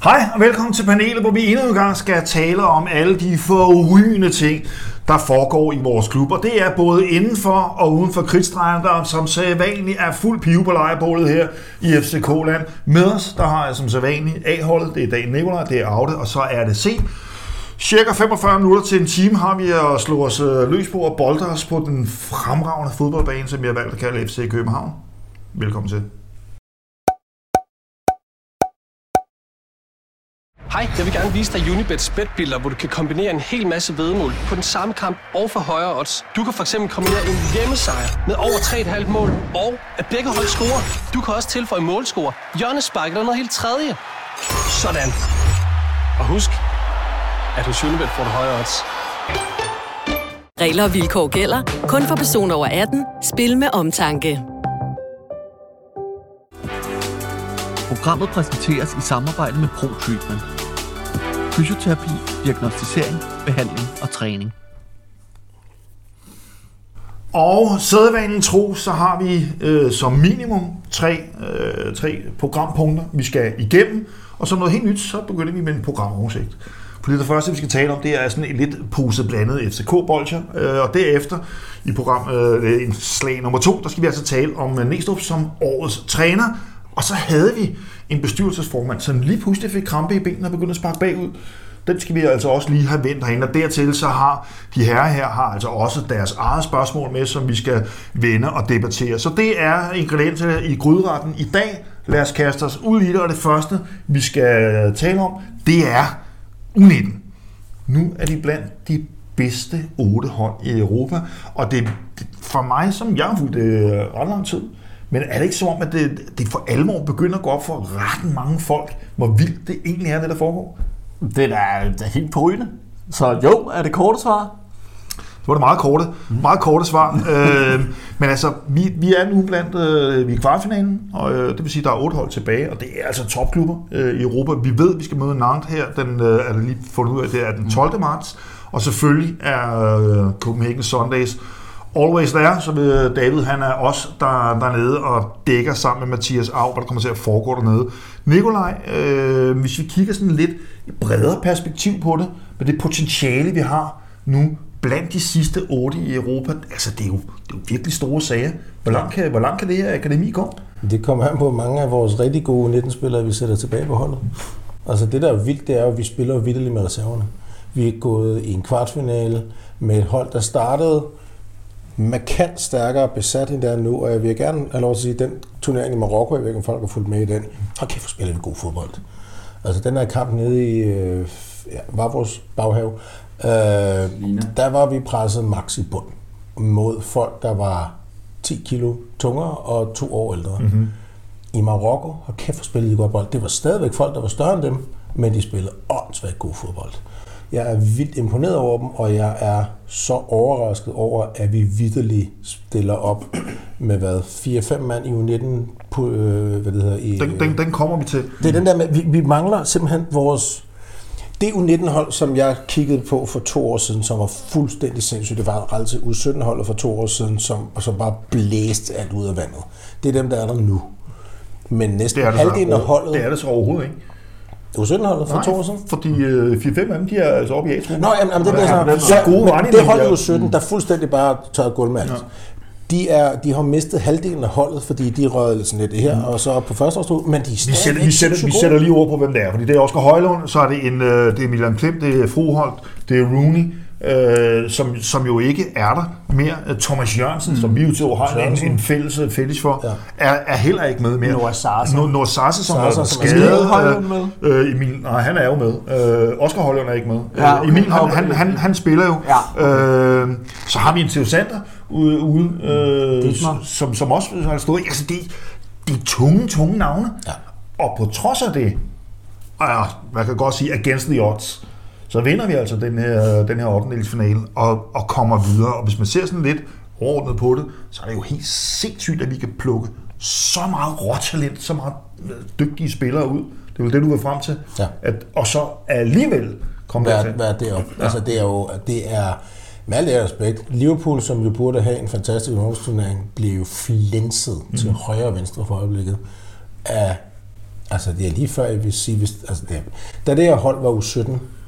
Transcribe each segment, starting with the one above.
Hej og velkommen til panelet, hvor vi endnu en gang skal tale om alle de forrygende ting, der foregår i vores klub. Og det er både indenfor og uden for kridtstregen, der som sædvanligt er fuld pive på lejrebålet her i FCK-land. Med os, der har jeg som sædvanligt A-holdet, det er Daniel Nikolaj, det er Aude, og så er det C. Cirka 45 minutter til en time har vi at slå os løs på og bolde os på den fremragende fodboldbane, som jeg har valgt at kalde FC København. Velkommen til. Hej, jeg vil gerne vise dig Unibets betbilleder, hvor du kan kombinere en hel masse væddemål på den samme kamp og for højere odds. Du kan fx kombinere en hjemmesejr med over 3,5 mål, og at begge hold scorer. Du kan også tilføje målscorer, hjørnespark eller noget helt tredje. Sådan. Og husk, at hos Unibet får du højere odds. Regler og vilkår gælder. Kun for personer over 18. Spil med omtanke. Programmet præsenteres i samarbejde med ProTreatment. Fysioterapi, diagnosticering, behandling og træning. Og sædvanen tro, så har vi som minimum tre programpunkter, vi skal igennem. Og som noget helt nyt, så begynder vi med en programoversigt. For det første, vi skal tale om, det er sådan en lidt poseblandet FCK-bolcher. Og derefter i program slag nummer 2, der skal vi altså tale om Næstrup som årets træner. Og så havde vi en bestyrelsesformand, som lige pludselig fik krampe i benene og begyndte at sparke bagud. Den skal vi altså også lige have vendt herinde, og dertil så har de herrer her har altså også deres eget spørgsmål med, som vi skal vende og debattere. Så det er ingredienserne i gryderetten i dag. Lad os kaste os ud i det, og det første, vi skal tale om, det er U19. Nu er de blandt de bedste 8 hold i Europa, og det for mig, som jeg har fulgt ret lang tid, men er det ikke så om, at det for alvor begynder at gå op for ret mange folk, hvor vildt det egentlig er, det der foregår? Det er helt forrygende. Så jo, er det korte svar? Så var det meget korte svar. Men altså, vi er nu blandt vi er i kvartfinalen, og det vil sige, at der er 8 hold tilbage, og det er altså topklubber i Europa. Vi ved, at vi skal møde Nantes her, er det lige fundet ud af, det er den 12. marts, og selvfølgelig er Copenhagen Sundays always there, så David, han er også dernede og dækker sammen med Mathias Au, hvad der kommer til at foregå dernede. Nikolaj, hvis vi kigger sådan lidt bredere perspektiv på det, med det potentiale, vi har nu blandt de sidste 8 i Europa, altså det er jo virkelig store sager. Hvor langt kan det her akademi gå? Det kommer an på mange af vores rigtig gode 19-spillere, vi sætter tilbage på holdet. Altså det, der er vildt, det er jo, at vi spiller vitterligt med reserverne. Vi er gået i en kvartfinale med et hold, der startede markant stærkere besat end der nu, og jeg vil gerne have lov at sige, at den turnering i Marokko, jeg ved ikke, om folk har fulgt med i den, hold kæft, hvor spiller vi god fodbold. Altså den her kamp nede i var vores baghave, der var vi presset max i bund mod folk, der var 10 kilo tungere og 2 år ældre. Mm-hmm. I Marokko, hold kæft, hvor spillede de godt bold. Det var stadigvæk folk, der var større end dem, men de spillede åndssvagt god fodbold. Jeg er vildt imponeret over dem, og jeg er så overrasket over, at vi vitterligt stiller op med 4-5 mand i U19 på, Den kommer vi til. Det er den der med, vi mangler simpelthen vores... Det U19-hold, som jeg kiggede på for 2 år siden, som var fuldstændig sindssygt, det var altså U17-holdet for 2 år siden, som bare blæste alt ud af vandet. Det er dem, der er der nu. Men næsten halvdelen af holdet... Det er det så overhovedet ikke. U17-holdet for 2 år siden? Fordi 4-5 af dem, de er altså oppe i A-truppen. Nå, jamen det bliver så gode. Det hold i U17, der fuldstændig bare tørret gulv med alt. De har mistet halvdelen af holdet, fordi de røget sådan lidt her, og så på førsteårstur, men de er stadig vi sætter lige ord på, hvem det er, fordi det er Oscar Højlund, så er det er Milan Klim, det er Froholt, det er Rooney, som jo ikke er der mere. Thomas Jørgensen, som vi jo til har en fælles for, er heller ikke med mere. Noah Sasa, som er skadet. Emil, nej, han er jo med. Oscar Højlund er ikke med. Ja, okay. Emil, han spiller jo. Ja. Så har vi en Theo Sander ude, som også har stået. Altså, det er tunge navne. Ja. Og på trods af det, man kan godt sige against the odds, så vinder vi altså den her 8-delsfinale og kommer videre. Og hvis man ser sådan lidt overordnet på det, så er det jo helt sindssygt, at vi kan plukke så meget råtalent, så meget dygtige spillere ud. Det er vel det, du vil frem til. Ja. Og så alligevel komme dertil. Hvad deroppe. Ja. Altså det er med al det respekt, Liverpool, som jo burde have en fantastisk ungdomsturnering, bliver jo flænset til højre og venstre for øjeblikket af Altså, det er lige før, jeg vil sige, da det her hold var U17,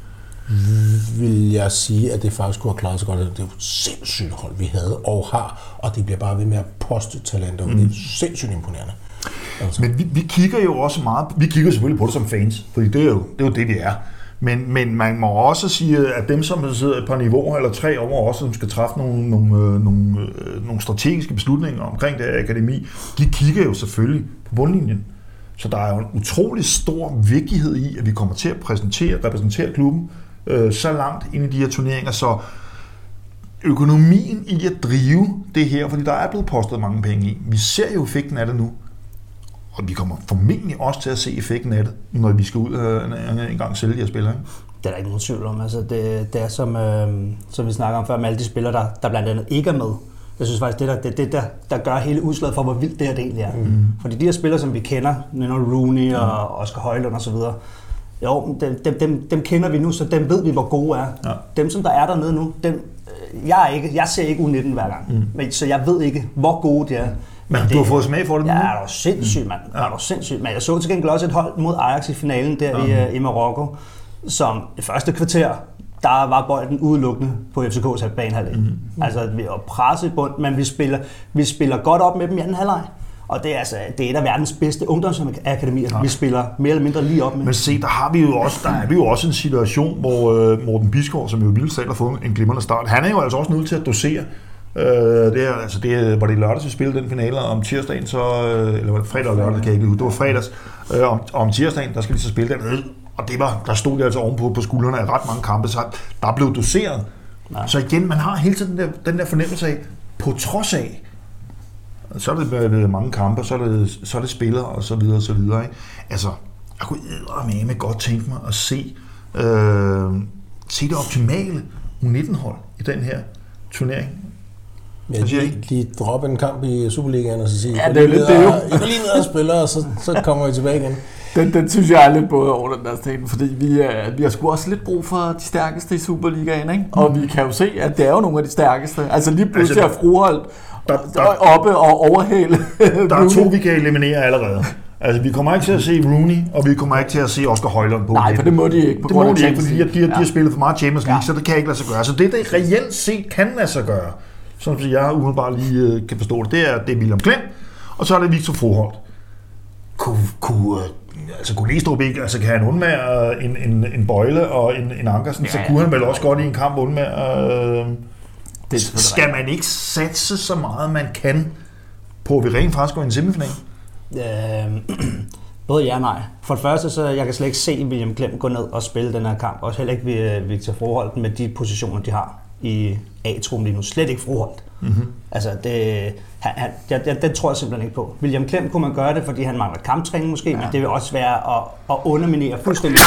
vil jeg sige, at det faktisk kunne have klaret sig godt. Det er jo et sindssygt hold, vi havde og har, og det bliver bare ved med at poste talenter. Det er sindssygt imponerende. Altså. Men vi kigger jo også meget, vi kigger selvfølgelig på det som fans, fordi det er jo det, vi er. Men man må også sige, at dem, som sidder et par niveauer eller 3 over os, som skal træffe nogle strategiske beslutninger omkring det akademi, de kigger jo selvfølgelig på bundlinjen. Så der er jo en utrolig stor vigtighed i, at vi kommer til at repræsentere klubben så langt ind i de her turneringer, så økonomien i at drive det her, fordi der er blevet postet mange penge i. Vi ser jo effekten af det nu, og vi kommer formentlig også til at se effekten af det, når vi skal ud en gang sælge de her spillere. Ikke? Det er der ikke nogen tvivl om. Altså, det er som vi snakker om før, med alle de spillere, der blandt andet ikke er med. Jeg synes faktisk, det der gør hele udslaget for, hvor vildt det her det egentlig er. Fordi de her spillere, som vi kender, Rooney og Oscar Højlund og så videre, jo, dem kender vi nu, så dem ved vi, hvor gode er. Ja. Dem, som der er dernede nu, jeg ser ikke U19 hver gang, så jeg ved ikke, hvor gode de er. Men du har fået smag for det nu? Ja, det er sindssygt, mand. Ja. Det er sindssygt, mand. Jeg så til gengæld også et hold mod Ajax i finalen der i Marokko, som det første kvarter, der var bolden udelukkende på FCK's banehalvdel. Altså, vi var presset i bund, men vi spiller godt op med dem i anden halvleg. Og det er et af verdens bedste ungdomsakademier. Ja. Vi spiller mere eller mindre lige op med. Men se, der er vi jo også en situation, hvor Morten Bisgaard, som jo vildt selv har fået en glimrende start, han er jo altså også nødt til at dosere. Var det lørdags, vi spillede den finale om tirsdagen, eller var det fredag og lørdag, kan jeg ikke huske. Det var fredags. Om tirsdagen, der skal de så spille den. Og der stod de altså ovenpå på skuldrene af ret mange kampe, så der blev doseret. Ja. Så igen, man har hele tiden den der fornemmelse af, på trods af, så er det mange kampe, så er det spillere og så videre og så videre. Ikke? Altså, jeg kunne eddermame godt tænke mig at se det optimale U19-hold i den her turnering. Ja, de dropper en kamp i Superligaen og så siger, ja, det er lidt det jo. I kan lige ned og spille, og så kommer vi tilbage igen. Den synes jeg er lidt både over den der sten, fordi vi har sgu også lidt brug for de stærkeste i Superligaen, ikke? Og vi kan jo se, at det er jo nogle af de stærkeste. Altså lige pludselig er Froholt oppe og overhale. Der er 2, vi kan eliminere allerede. Altså, vi kommer ikke til at se Rooney, og vi kommer ikke til at se Oscar Højlund på. Nej, for det må de ikke. Det må de ikke, fordi de har spillet for meget Champions League, så det kan ikke lade sig gøre. Så det reelt set kan lade sig gøre, som jeg umiddelbart lige kan forstå det, det er William Klem, og så er det Victor Froholt. Kunne Næstrup ikke, altså kan han undvære en Bøjle og en Ankersen, så kunne han vel også godt i en kamp undvære. Skal man ikke satse så meget, man kan på, at vi rent faktisk går i en semifinal? Både ja og nej. For det første, så jeg kan slet ikke se William Klem gå ned og spille den her kamp. Også heller ikke Victor Froholt med de positioner, de har i A-truppen lige nu. Slet ikke Froholt. Altså, det tror jeg simpelthen ikke på. William Klem kunne man gøre det, fordi han mangler kamptræning måske, men det vil også være at underminere fuldstændig.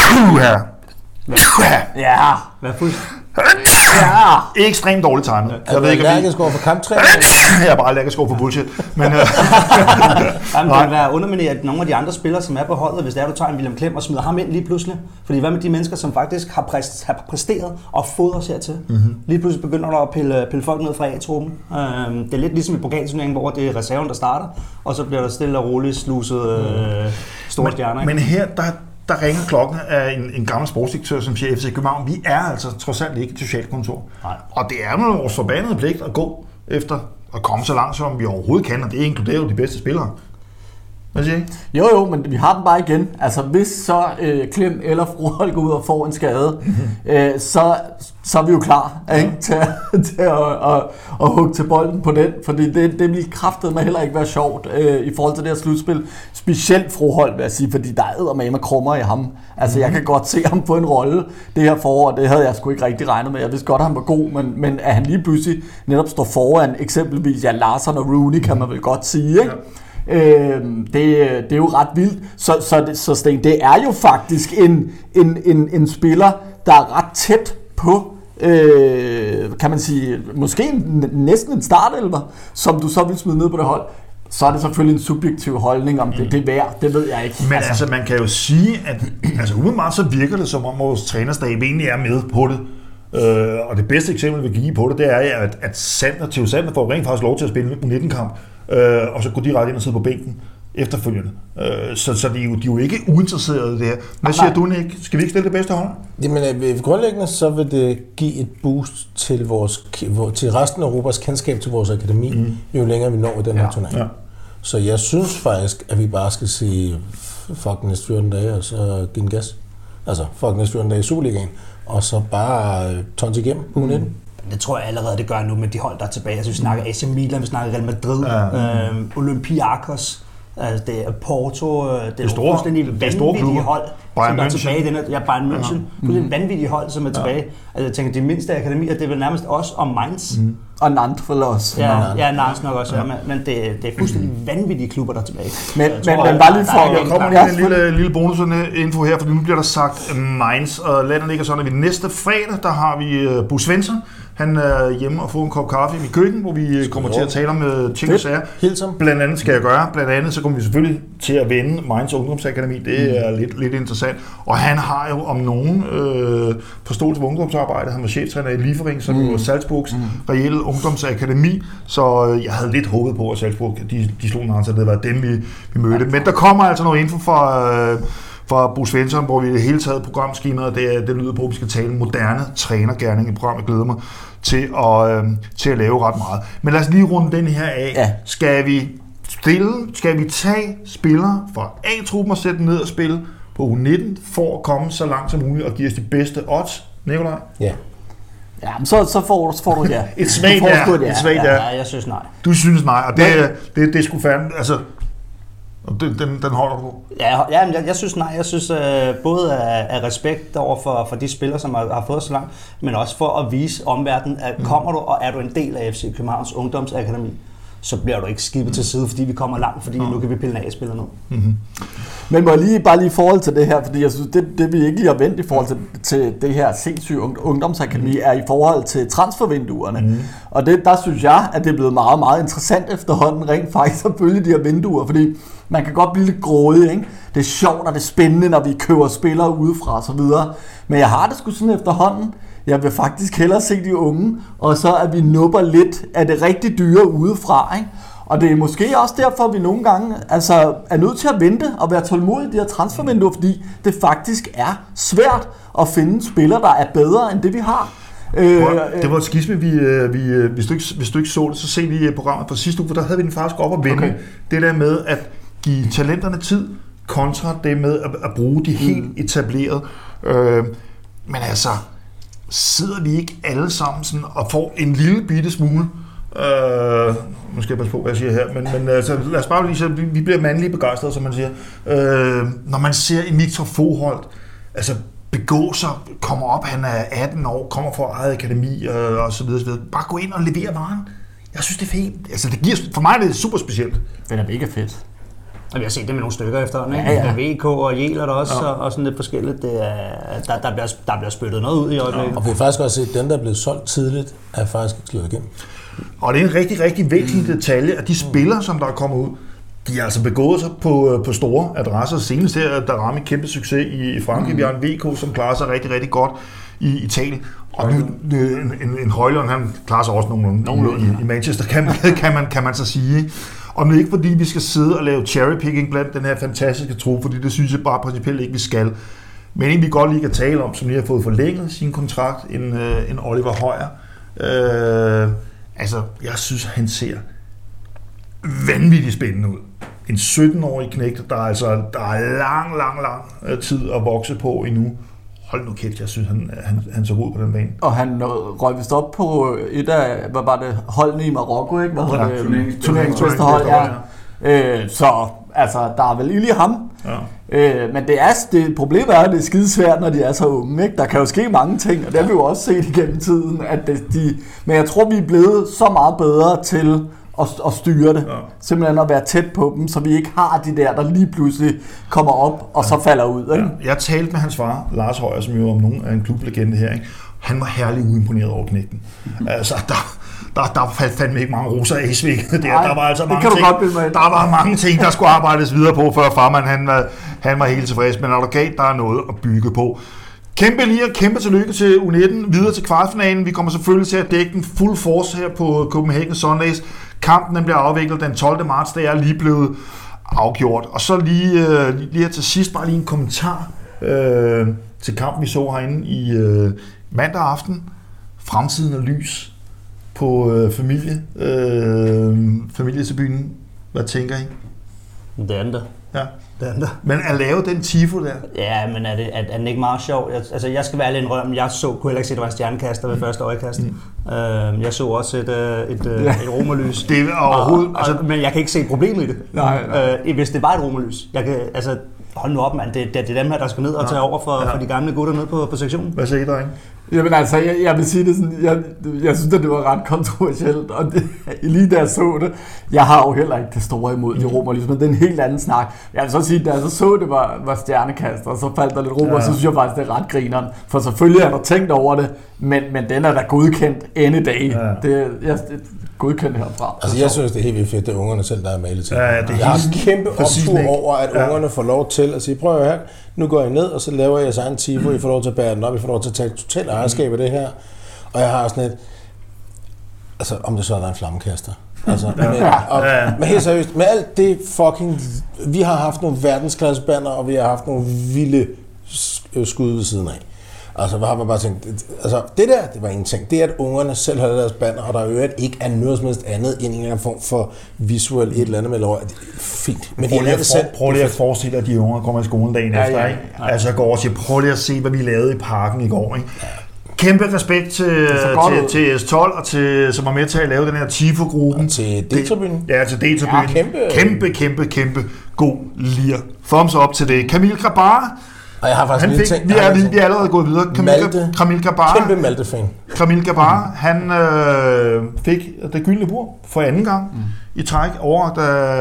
Ja, hvad fuldstændig. Ja. Ekstremt dårligt timet. Jeg ved ikke, allergisk over for kamptræning. Jeg er bare allergisk over for bullshit. Men det vil være undermineret nogle af de andre spillere, som er på holdet, hvis det er, du tager en William Klem og smider ham ind lige pludselig. Fordi hvad med de mennesker, som faktisk har præsteret og fået os hertil? Lige pludselig begynder der at pille folk ned fra A-truppen. Det er lidt ligesom i pokalturneringen, hvor det er reserven, der starter, og så bliver der stille og roligt sluset store stjerner. Men her, der ringer klokken af en gammel sportsdirektør, som siger, FC København, vi er altså trods alt ikke et socialkontor. Nej. Og det er med vores forbandede pligt at gå efter at komme så langt, som vi overhovedet kan, og det inkluderer jo de bedste spillere. Hvad siger I? Jo, men vi har den bare igen. Altså, hvis så Klem eller Froholt går ud og får en skade, så er vi jo klar til at hugge til bolden på den, fordi det ville kraftedeme heller ikke være sjovt i forhold til det her slutspil. Specielt Froholt, vil jeg sige, fordi der er eddermame krummer i ham. Altså, jeg kan godt se ham få en rolle det her forår, det havde jeg sgu ikke rigtig regnet med. Jeg vidste godt, at han var god, men at han lige pludselig netop står foran, eksempelvis Larsson og Rooney, kan man vel godt sige, ikke? Ja. Det er jo ret vildt. Så Sten, det er jo faktisk en spiller, der er ret tæt på, kan man sige, måske næsten en startelver, som du så vil smide ned på det hold. Så er det selvfølgelig en subjektiv holdning om det er værd, det ved jeg ikke. Men altså man kan jo sige, at altså umiddelbart så virker det som om vores trænerstab egentlig er med på det. Og det bedste eksempel, vi kan give på det, det er, at Theo Sander får rent faktisk lov til at spille en U19-kamp, og så går de ret ind og sidde på bænken. efterfølgende. Så de er jo ikke uinteresserede i det her. Hvad siger du, Nick? Skal vi ikke stille det bedste hold? Jamen, grundlæggende så vil det give et boost til til resten af Europas kendskab til vores akademi, jo længere vi når i den her turnering. Ja. Så jeg synes faktisk, at vi bare skal sige fuck næste 14 dage, og så give en gas. Altså, fuck næste 14 dage i Superligaen, og så bare tons igennem på 19. Det tror jeg allerede, det gør nu med de hold, der er tilbage. Altså, vi snakker AC Milan, vi snakker Real Madrid, Olympiakos, altså, det er Porto, det er store, fuldstændig vanvittige hold, som er tilbage i den her. Bayern München, fuldstændig vanvittige hold, som er tilbage. Altså, jeg tænker, de mindste akademier, det er vel nærmest os og Mainz. Og Nantes for os. Ja, Nantes nok også, men det er fuldstændig vanvittige klubber, der er tilbage. Men bare lige for... Der kommer en lille bonusinfo her, for nu bliver der sagt Mainz, og lad det ligge sådan, at vi næste fredag, der har vi Bo Svensson. Han er hjemme og får en kop kaffe i mit køkken, hvor vi kommer til at tale om ting og sager. Blandt andet skal jeg gøre. Blandt andet så kommer vi selvfølgelig til at vende Mainz Ungdomsakademi. Det er lidt interessant. Og han har jo om nogen forståelse for ungdomsarbejde. Han var cheftræner i Liefering, som var Salzburgs reelle ungdomsakademi. Så jeg havde lidt håbet på, at Salzburg de slog Nantes, det var dem, vi mødte. Men der kommer altså noget info fra Bo Svensson, hvor vi i det hele taget programskemaet, og det lyder på, at vi skal tale moderne trænergerning i programmet. Jeg glæder mig til at lave ret meget. Men lad os lige runde den her af. Ja. Skal vi tage spillere fra A-truppen og sætte dem ned og spille på U19 for at komme så langt som muligt og give os de bedste odds? Nikolaj? Ja. Ja, men så får du ja. Et svagt ja. Ja, jeg synes nej. Du synes nej, og det er sgu fandme, altså... Den holder du på? Ja, men jeg synes nej. Jeg synes både af respekt over for de spillere, som har fået så langt, men også for at vise omverdenen, at kommer du, og er du en del af FC Københavns Ungdomsakademi, så bliver du ikke skibet til side, fordi vi kommer langt, fordi nu kan vi pille en A-spiller ned. Men må jeg bare lige i forhold til det her, fordi jeg synes, det vi ikke lige har vendt i forhold til det her sindssyge ungdomsakademi, er i forhold til transfervinduerne. Og der synes jeg, at det er blevet meget, meget interessant efterhånden rent faktisk at følge de her vinduer, fordi man kan godt blive lidt grådig, ikke? Det er sjovt, og det er spændende, når vi køber spillere udefra og så videre. Men jeg har det sgu sådan efterhånden. Jeg vil faktisk hellere se de unge, og så at vi nupper lidt af det rigtig dyre udefra, ikke? Og det er måske også derfor, at vi nogle gange er nødt til at vente og være tålmodige i de her transfervinduer, fordi det faktisk er svært at finde spillere, der er bedre end det, vi har. Det var et skisme, hvis du ikke så det, så se lige programmet fra sidste uge, for der havde vi den faktisk op at vende. Okay. Det der med at give talenterne tid, kontra det med at bruge de helt etableret. Men altså, sidder vi ikke alle sammen sådan og får en lille bitte smule, nu skal jeg passe på, hvad jeg siger her, men altså, lad os bare lige sige, vi bliver mandlige begejstrede, som man siger. Når man ser en Victor Foholt, altså begå sig, kommer op, han er 18 år, kommer fra eget akademi og så videre, så videre. Bare gå ind og levere varen. Jeg synes, det er fedt. Altså, det giver, for mig er det super specielt. Det er mega fedt. Og vi har set det med nogle stykker efterhånden, ikke? Ja. VK og Jæler der også, og sådan lidt forskelligt. Det er, der bliver spyttet noget ud i øjeblikket. Og vi har faktisk også set, at den, der er blevet solgt tidligt, er faktisk ikke slået igennem. Og det er en rigtig, rigtig vigtig detalje, at de spillere, som der er kommet ud, de har altså begået sig på store adresser. Senest her, der rammer en kæmpe succes i Frankrig. Vi har en VK, som klarer sig rigtig, rigtig godt i Italien. Og en Højlund, han klarer sig også nogenlunde i Manchester, kan man så sige. Og nu ikke fordi vi skal sidde og lave cherrypicking blandt den her fantastiske trup, fordi det synes jeg bare principielt ikke, vi skal. Men en vi godt lige kan tale om, som lige har fået forlænget sin kontrakt, en Oliver Højer. Altså, jeg synes, han ser vanvittigt spændende ud. En 17-årig knægt, der er lang tid at vokse på endnu. Hold nu kæft, jeg synes, han så ud på den bane. Og han røg vist op på et af, hvad var det, holdene i Marokko, ikke? Hvad hedder det? Turneringsmesterhold, ja. Så altså, der er vel ild i ham. Ja. Men det problemet er, at det er skidesvært, når de er så unge, ikke? Der kan jo ske mange ting, og det har vi jo også set igennem tiden. Men jeg tror, vi er blevet så meget bedre til at styre det. Ja. Simpelthen at være tæt på dem, så vi ikke har de der lige pludselig kommer op og så falder ud. Ikke? Ja. Jeg talte med hans far, Lars Højer, som jo om nogen er en klublegende her. Ikke? Han var herlig uimponeret over knægten. Altså, der faldt fandme ikke mange roser af i svinget. Der var altså mange ting, der skulle arbejdes videre på, før farmand han var helt tilfreds. Men advokat, der er noget at bygge på. Kæmpe tillykke til U19, videre til kvartfinalen. Vi kommer selvfølgelig til at dække den full force her på Copenhagen Sundays. Kampen den bliver afviklet den 12. marts, det er lige blevet afgjort. Og så lige her til sidst, bare lige en kommentar til kampen, vi så herinde i mandag aften. Fremtiden er lys på familietribunen. Hvad tænker I? Det andet. Ja. Men at lave den tifo der? Ja, men er den ikke meget sjov? Jeg skal være ærlig indrømme, jeg kunne heller ikke se, at der var en stjernekaster ved første øjekast. Jeg så også et romerlys. Det er overhovedet... men jeg kan ikke se problemet i det. Nej. Hvis det var et romerlys. Hold nu op, mand. Det er dem her, der skal ned og tage over for de gamle gutter ned på sektionen. Hvad siger I, drenge? Jamen altså, jeg vil sige det sådan, jeg synes, at det var ret kontroversielt, og lige da jeg så det, jeg har jo heller ikke det store imod de romerlys, men det er en helt anden snak. Jeg vil så sige, da jeg så det var stjernekaster, og så faldt der lidt romer, og så synes jeg faktisk, det er ret grineren. For selvfølgelig har jeg tænkt over det, men den er da godkendt any day. Det er godkendt herfra. Altså jeg synes, det er helt vildt fedt, det er ungerne selv, der er malet til. Jeg har kæmpe optur over, at ungerne får lov til at sige, prøv her, nu går I ned, og så laver jeg egen tifo, I får lov til at bære den op, I får lov til at tage totalt ejerskab af det her. Og jeg har sådan et, altså om det så er en flammekaster. Altså, men helt seriøst, med alt det fucking, vi har haft nogle verdensklassebanner, og vi har haft nogle vilde skud ved siden af. Altså, hvad har man bare tænkt? Altså, det var en ting. Det er, at ungerne selv har deres banner, og der jo ikke er noget som helst andet end en eller anden form for visuel et eller andet med lov. Fint. Men prøv lige at forestille dig, at de unger kommer i skolen dagen efter, ikke? Altså, går og siger, prøv lige at se, hvad vi lavede i parken i går, ikke? Kæmpe respekt til S12 og som var med til at lave den her Tifo-gruppen. Og til D-tribunen. Ja, til D-tribunen. Kæmpe god lir. Thumbs up til det. Camille Grabara. Og jeg har faktisk lige tænkt... Vi er allerede gået videre. Camille Grabara. Kæmpe Malte-fan. Camille Grabara, han fik det gyldne bur for anden gang i træk over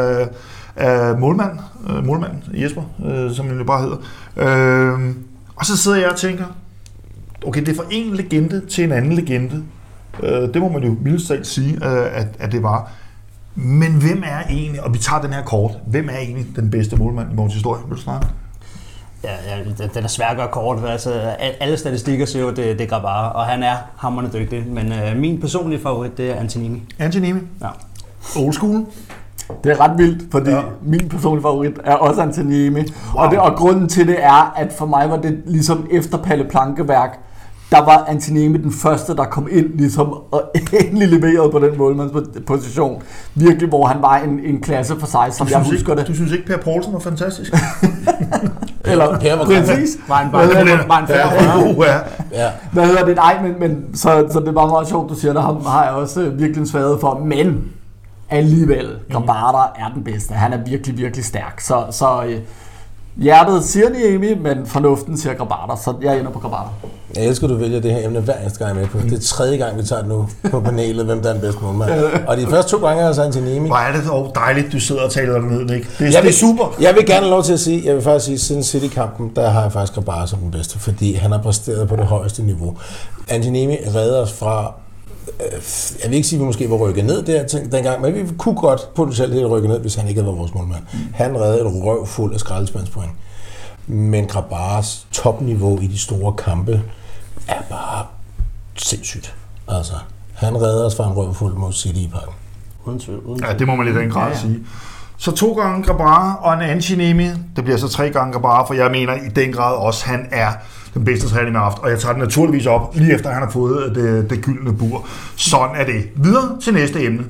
af målmanden Jesper, som han bare hedder. Og så sidder jeg og tænker, okay, det er fra en legende til en anden legende. Det må man jo mildest talt sige, at det var. Men hvem er egentlig, og vi tager den her kort, hvem er egentlig den bedste målmand i vores historie? Vil du snakke? Ja, den er svær at gøre kort. Altså, alle statistikker siger jo, det er Grabara, og han er hamrende dygtig. Men min personlige favorit, det er Antonini. Antonini? Ja. Old school? Det er ret vildt, fordi min personlige favorit er også Antoniemi. Wow. Og grunden til det er, at for mig var det ligesom efter Palle Plankeværk, der var Antoniemi den første, der kom ind ligesom, og endelig leverede på den målmandsposition. Virkelig, hvor han var en klasse for sig, som jeg husker det. Du synes ikke, Per Poulsen var fantastisk? Eller Per var præcis. Var en Ja. Hvad hedder det? Nej, men så det var meget sjovt, du siger, der har jeg også virkelig en svaghed for. Men alligevel, Grabara er den bedste. Han er virkelig, virkelig stærk. Så hjertet siger Niemi, men fornuften siger Grabara, så jeg ender på Grabara. Jeg elsker, at du vælger det her emne hver eneste gang, jeg er med på. Det er tredje gang, vi tager det nu på panelet, hvem der er den bedste målmand. Og de første 2 gange har jeg sagt til Niemi. Hvor er det dog dejligt, du sidder og taler dig ned, Nick. Det er super. Jeg vil gerne have lov til at sige, jeg vil faktisk sige, siden City-kampen, der har jeg faktisk Grabara som den bedste, fordi han har præsteret på det højeste niveau. Antoniemi redder os fra, jeg vil ikke sige, at vi måske var rykket ned dengang, men vi kunne godt potentielt helt rykke ned, hvis han ikke havde været vores målmand. Han reddede et røv fuld af skraldespandspoint. Men Grabaras topniveau i de store kampe er bare sindssygt. Altså, han redder os fra en røv fuld mod City i parken. Uden tvivl. Ja, det må man i den grad sige. Så 2 gange Grabara og en Antoniemi. Det bliver så 3 gange Grabara, for jeg mener i den grad også, han er den bedste træning med haft. Og jeg tager den naturligvis op, lige efter han har fået det gyldne bur. Sådan er det. Videre til næste emne.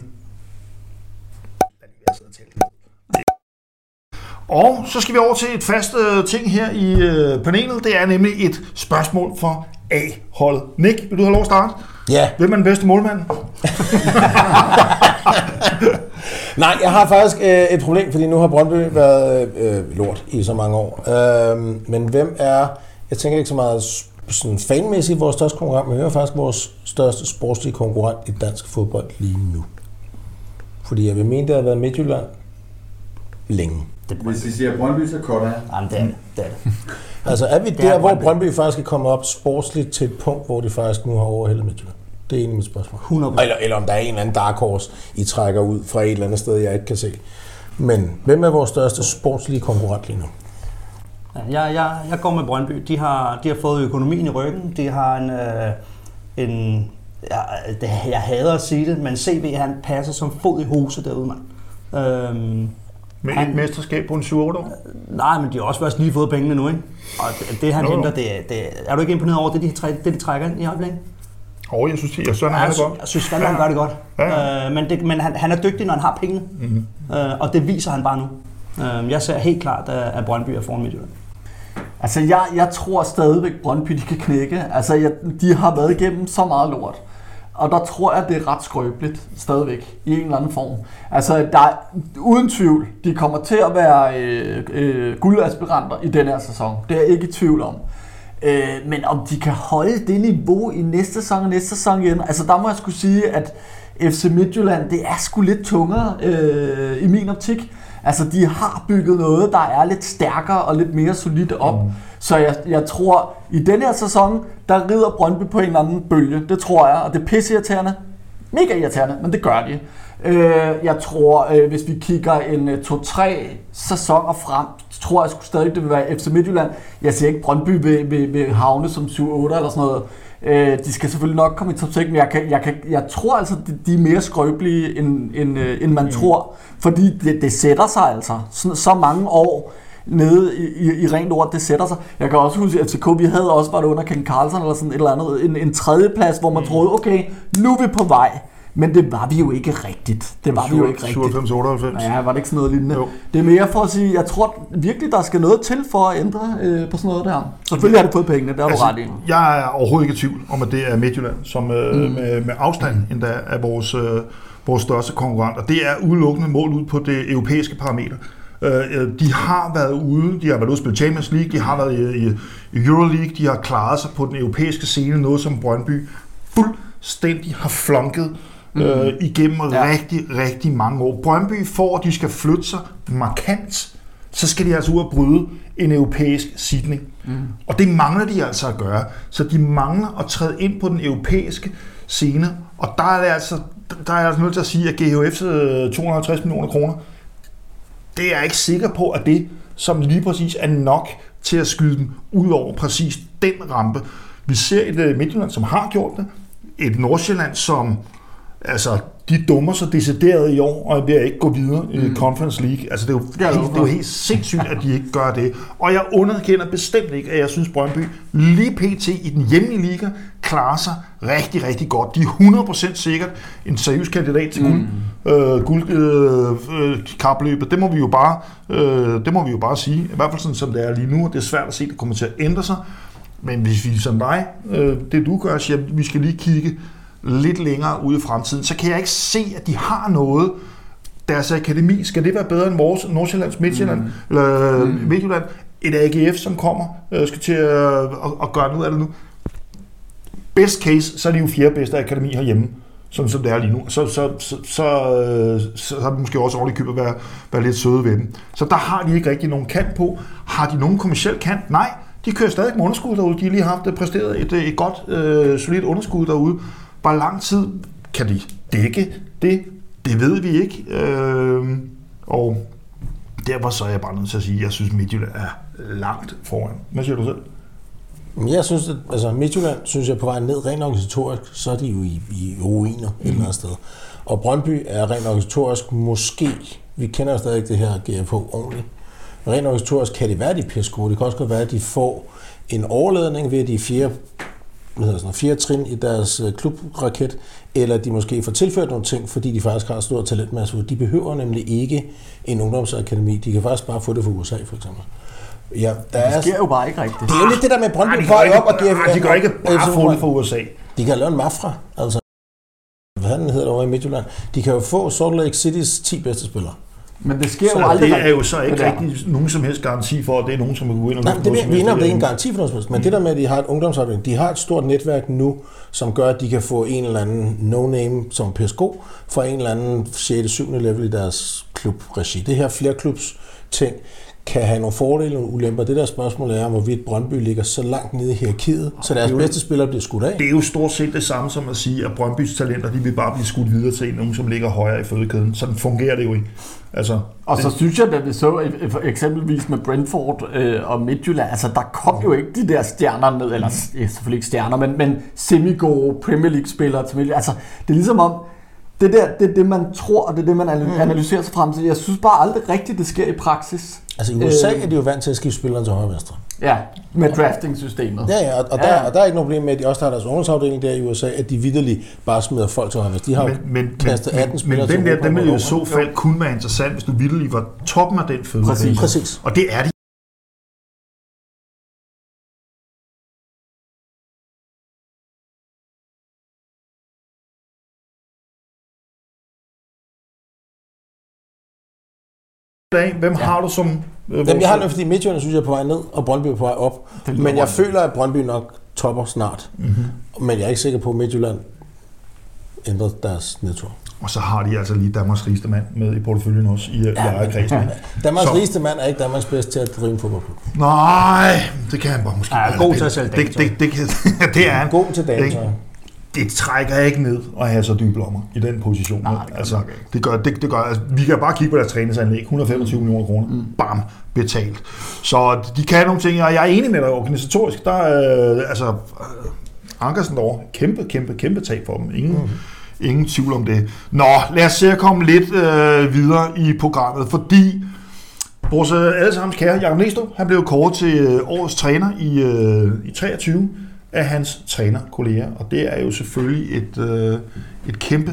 Og så skal vi over til et fast ting her i panelet. Det er nemlig et spørgsmål for A-holdet. Nick, vil du have lov at starte? Ja. Hvem er den bedste målmand? Nej, jeg har faktisk et problem, fordi nu har Brøndby været lort i så mange år. Men hvem er, jeg tænker ikke så meget sådan fanmæssigt vores største konkurrent, men hvem er faktisk vores største sportslige konkurrent i dansk fodbold lige nu? Fordi jeg vil mene, det har været Midtjylland længe. Hvis vi siger Brøndby, så korter jeg. Jamen, det er det. Altså er vi der, hvor Brøndby faktisk er kommet op sportsligt til et punkt, hvor de faktisk nu har overhældet Midtjylland? Det er egentlig mit spørgsmål. 100%. Eller om der er en eller anden dark horse, I trækker ud fra et eller andet sted, jeg ikke kan se. Men hvem er vores største sportslige konkurrent lige nu? Jeg går med Brøndby. De har fået økonomien i ryggen. De har jeg hader at sige det, men CV han passer som fod i hose derude, mand. Med et mesterskab på en 7-8 år? Nej, men de har også først lige fået pengene nu, ikke? Og det han henter, er du ikke imponeret over det, de trækker ind i øjeblikket? Jeg synes, han er godt. Jeg synes, han gør det godt. Ja. Men han er dygtig, når han har pengene. Mm-hmm. Og det viser han bare nu. Jeg ser helt klart, at Brøndby er foran Midtjylland. Altså, jeg tror stadigvæk, Brøndby de kan knække. Altså, de har været igennem så meget lort. Og der tror jeg, det er ret skrøbeligt stadigvæk, i en eller anden form. Altså, der er uden tvivl, de kommer til at være guldaspiranter i den her sæson. Det er jeg ikke i tvivl om. Men om de kan holde det niveau i næste sæson og næste sæson igen, altså der må jeg skulle sige, at FC Midtjylland, det er sgu lidt tungere i min optik. Altså de har bygget noget, der er lidt stærkere og lidt mere solidt op. Så jeg tror, i den her sæson, der rider Brøndby på en eller anden bølge. Det tror jeg, og det er pisseirriterende. Mega irriterende, men det gør de. Jeg tror, hvis vi kigger en 2-3 sæsoner frem, tror jeg sgu stadig, det vil være FC Midtjylland. Jeg siger ikke, Brøndby vil havne som 7-8 eller sådan noget. De skal selvfølgelig nok komme i top 6, men jeg tror altså, de er mere skrøbelige, end man tror. Fordi det sætter sig altså. Så mange år nede i rent ord, det sætter sig. Jeg kan også huske, at FCK, vi havde også været under Ken Carlsen eller sådan et eller andet, en tredjeplads, hvor man troede, okay, nu er vi på vej. Men det var vi jo ikke rigtigt. 97-98. Ja, var det ikke sådan noget lignende? Jo. Det er mere for at sige, jeg tror virkelig, der skal noget til for at ændre på sådan noget der. Selvfølgelig har det fået pengene, der er du ret i. Jeg er overhovedet ikke i tvivl om, at det er Midtjylland, som med afstand endda er vores største konkurrent. Og det er udelukkende mål ud på det europæiske parameter. De har været ude at spille Champions League, de har været i Euroleague, de har klaret sig på den europæiske scene, noget som Brøndby fuldstændig har flunket igennem rigtig, rigtig mange år. Brøndby for, at de skal flytte sig markant, så skal de altså ud og bryde en europæisk sidning. Og det mangler de altså at gøre. Så de mangler at træde ind på den europæiske scene, og der er jeg altså nødt til at sige, at GHF's 250 millioner kroner, det er jeg ikke sikker på, at det, som lige præcis er nok til at skyde dem ud over præcis den rampe. Vi ser et Midtjylland, som har gjort det, et Nordsjælland, som de dummer sig decideret i år, og vil ikke gå videre i Conference League. Altså, det er jo helt sindssygt, at de ikke gør det. Og jeg underkender bestemt ikke, at jeg synes, Brøndby lige pt. I den hjemlige liga klarer sig rigtig, rigtig godt. De er 100% sikkert en seriøs kandidat til guldkapløbet. Det må vi jo bare sige. I hvert fald sådan, som det er lige nu, og det er svært at se, at det kommer til at ændre sig. Men hvis vi som dig, det du gør, siger, vi skal lige kigge lidt længere ude i fremtiden, så kan jeg ikke se, at de har noget. Deres akademi, skal det være bedre end vores Nordsjællands, Midtjylland, eller Midtjylland? Et AGF, som kommer, skal til at gøre noget af det nu. Best case, så er de jo fjerde bedste akademi herhjemme, sådan som det er lige nu. Så har de måske også ordentligt købt at være lidt søde ved dem. Så der har de ikke rigtig nogen kant på. Har de nogen kommerciel kant? Nej, de kører stadig med underskud derude. De har lige haft præsteret et godt, solidt underskud derude. Hvor lang tid kan de dække det? Det ved vi ikke. Og derfor så er jeg bare nødt til at sige, at jeg synes, Midtjylland er langt foran. Hvad siger du selv? Jeg synes, at Midtjylland, synes jeg, på vej ned rent organisatorisk, så er de jo i ruiner et eller andet sted. Og Brøndby er rent organisatorisk måske, vi kender jo stadig ikke det her GFH ordentligt, men rent organisatorisk kan det være, de pisse gode. Det kan også godt være, at de får en overledning ved, at de er fjerde trin i deres klubraket, eller de måske får tilført nogle ting, fordi de faktisk har en stor talentmasse. De behøver nemlig ikke en ungdomsakademi. De kan faktisk bare få det fra USA, for eksempel. Ja, det sker jo bare ikke rigtigt. Det er jo lidt det der med Brøndby på op og GFF. De kan ikke bare få det fra USA. De kan lave en mafra, altså. Hvad hedder det over i Midtjylland? De kan jo få Salt Lake City's 10 bedste spillere. Men det sker jo aldrig. Det er jo så ikke rigtig nogen som helst garanti for, at det er nogen, som vil gå ind og nej, det er ikke en garanti for noget som helst. Men det der med, at de har et ungdomsafdeling, de har et stort netværk nu, som gør, at de kan få en eller anden no-name som PSGO fra en eller anden 6. 7. level i deres klubregi. Det her flerklubs ting kan have nogle fordele og nogle ulemper. Det der spørgsmål er, hvorvidt Brøndby ligger så langt nede i hierarkiet, så deres bedste spillere bliver skudt af. Det er jo stort set det samme som at sige, at Brøndbys talenter, de vil bare blive skudt videre til nogen, som ligger højere i fødekæden. Sådan fungerer det jo ikke. Altså, så synes jeg, at vi så eksempelvis med Brentford og Midtjylland, altså der kom jo ikke de der stjerner ned, eller selvfølgelig ikke stjerner, men semi-gode Premier League-spillere til Midtjylland. Altså det er ligesom om, det er det, man tror, og det er det, man analyserer sig frem til. Jeg synes bare aldrig rigtigt, det sker i praksis. Altså i USA er de jo vant til at skifte spilleren til højre og venstre. Ja, med drafting-systemet. Ja, og der er ikke noget problem med, at de også har deres ungdomsafdeling der i USA, at de vitterligt bare smider folk til højre og venstre. De har jo kastet 18 spillere til Europa. Men den ville jo i så fald kun være interessant, hvis du vitterligt var toppen af den føde. Præcis. Og det er de. Hvem har du som... jeg har det, fordi Midtjylland synes jeg er på vej ned, og Brøndby er på vej op. Men jeg føler, at Brøndby nok topper snart. Men jeg er ikke sikker på, at Midtjylland ændrer deres nedtur. Og så har de altså lige Danmarks rigeste mand med i porteføljen også i ejerkredsen. Danmarks rigeste mand er ikke Danmarks bedste til at drive en fodboldklub. Nej, det kan han bare måske. Ja, god til at sælge data. Det er han. God til data. Det trækker ikke ned at have så dybe lommer i den position. Nej, det gør, altså, vi kan bare kigge på deres træningsanlæg. 125 millioner kroner. Bam, betalt. Så de kan nogle ting, og jeg er enig med dig organisatorisk. Der er Ankersen derovre. Kæmpe tab for dem. Ingen tvivl om det. Nå, lad os se at komme lidt videre i programmet, fordi vores allesammens kære Jakob Næstrup, han blev kåret til årets træner i 23 af hans trænerkolleger, og det er jo selvfølgelig et kæmpe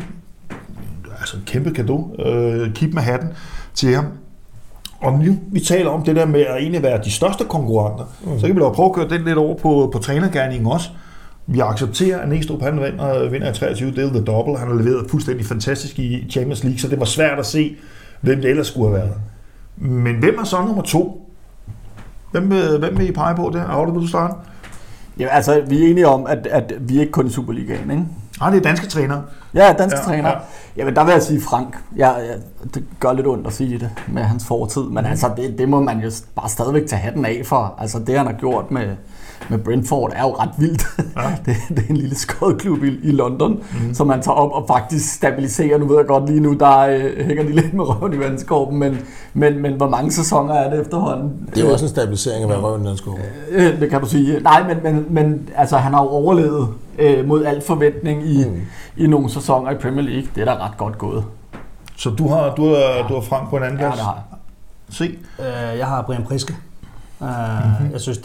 cadeau. Kip med hatten til ham. Og nu vi taler om det der med at egentlig være de største konkurrenter, så kan vi da prøve at køre den lidt over på trænergerningen også. Vi accepterer, at Næstrup han vinder i 23, det er The Double. Han har leveret fuldstændig fantastisk i Champions League, så det var svært at se, hvem det ellers skulle have været. Men hvem er så nummer 2? Hvem vil I pege på det? Audi, vil du starte? Ja, altså, vi er enige om, at vi er ikke kun i Superligaen, ikke? Nej, det er danske træner. Ja, danske træner. Ja. Jamen, der vil jeg sige Frank. Det gør lidt ondt at sige det med hans fortid, men altså, det må man jo bare stadigvæk tage hatten af for. Altså, det han har gjort med Brentford er jo ret vildt. Ja. det er en lille skodklub i London, som man tager op og faktisk stabiliserer. Nu ved jeg godt lige nu, der hænger de lidt med røven i vandskorben, men hvor mange sæsoner er det efterhånden? Det er jo også en stabilisering af røven i vandskorben. Det kan du sige. Nej, men altså, han har jo overlevet mod al forventning i nogle sæsoner i Premier League. Det er da ret godt gået. Så du har Frank på en anden plads? Ja, det har jeg. Se. Jeg har Brian Priske. Jeg synes,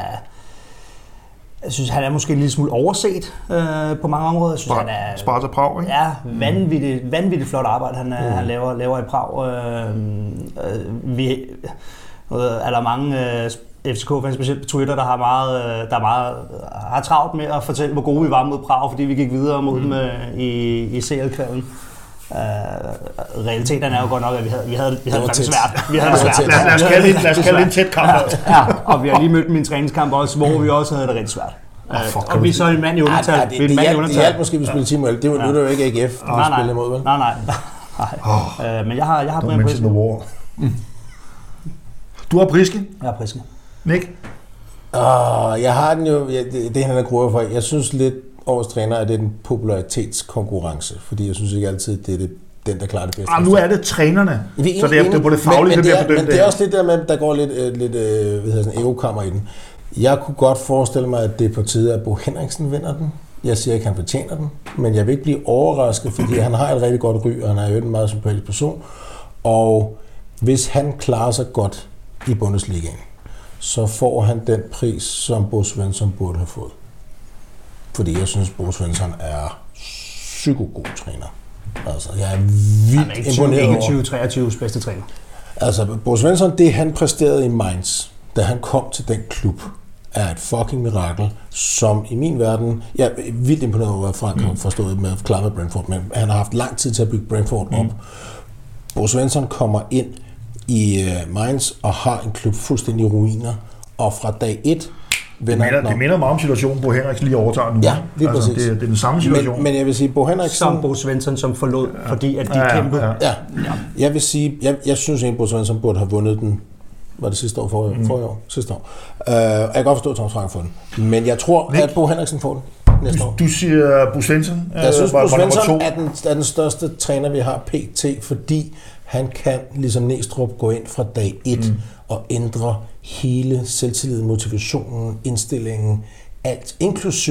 han er måske en lille smule overset på mange områder. Jeg synes, han er Sparta Prag, ikke? Ja, vanvittigt flot arbejde, han laver i Prag. Er der mange FCK-fans, specielt på Twitter, der har travlt med at fortælle, hvor gode vi var mod Prag, fordi vi gik videre mod dem i CL-kvalden. Realiteterne er jo godt nok, at vi havde det faktisk svært. Lad os kalde det en tæt kamp. Ja, og vi har lige mødt min træningskamp også, hvor vi også havde det rigtig svært. Og vi er så en mand i undertal. Det hjalp måske, vi spillede Timo. Det var jo ikke AGF, vi spillede imod, vel? Nej. Men jeg har Brian Priske. Du har Priske? Jeg har Priske. Nick? Jeg har den jo, det han er gruer for. Jeg synes lidt, årets træner er det en popularitetskonkurrence, fordi jeg synes ikke altid, det er den, der klarer det bedste. Nu er det trænerne, så det er på det faglige, det bliver bedømt. Men det er også lidt der med, der går lidt egokammer i den. Jeg kunne godt forestille mig, at det er på tide, at Bo Henriksen vinder den. Jeg siger ikke, at han fortjener den, men jeg vil ikke blive overrasket, fordi han har et rigtig godt ry, og han er jo en meget sympatisk person. Og hvis han klarer sig godt i Bundesligaen, så får han den pris, som Bo Svensson burde have fået. Fordi jeg synes, Bo Svensson er psykogod træner. Altså, jeg er vildt imponeret over. Han er ikke 2023's bedste træner. Altså, Bo Svensson, det han præsterede i Mainz, da han kom til den klub, er et fucking mirakel, som i min verden, jeg er vildt imponeret over, hvad Frank har forstået med at klare med Brentford, men han har haft lang tid til at bygge Brentford op. Bo Svensson kommer ind i Mainz og har en klub fuldstændig i ruiner, og fra dag 1 det minder meget om situationen, Bo Henriksen lige overtager nu. Ja, lige præcis. Det er den samme situation. Men jeg vil sige, Bo Henriksen... Som Bo Svensson, som forlod, fordi at de kæmpede. Ja. Jeg vil sige, jeg synes egentlig, Bo Svensson burde have vundet den. Var det sidste år, forrige år? Sidste år. Jeg kan godt forstå, at Thomas Frank får den. Men jeg tror, at Bo Henriksen får den næste år. Du siger Bo Svensson? Jeg synes, Bo Svensson er den største træner, vi har pt., fordi han kan, ligesom Næstrup, gå ind fra dag 1 og ændre hele selvtilliden, motivationen, indstillingen, alt, inklusiv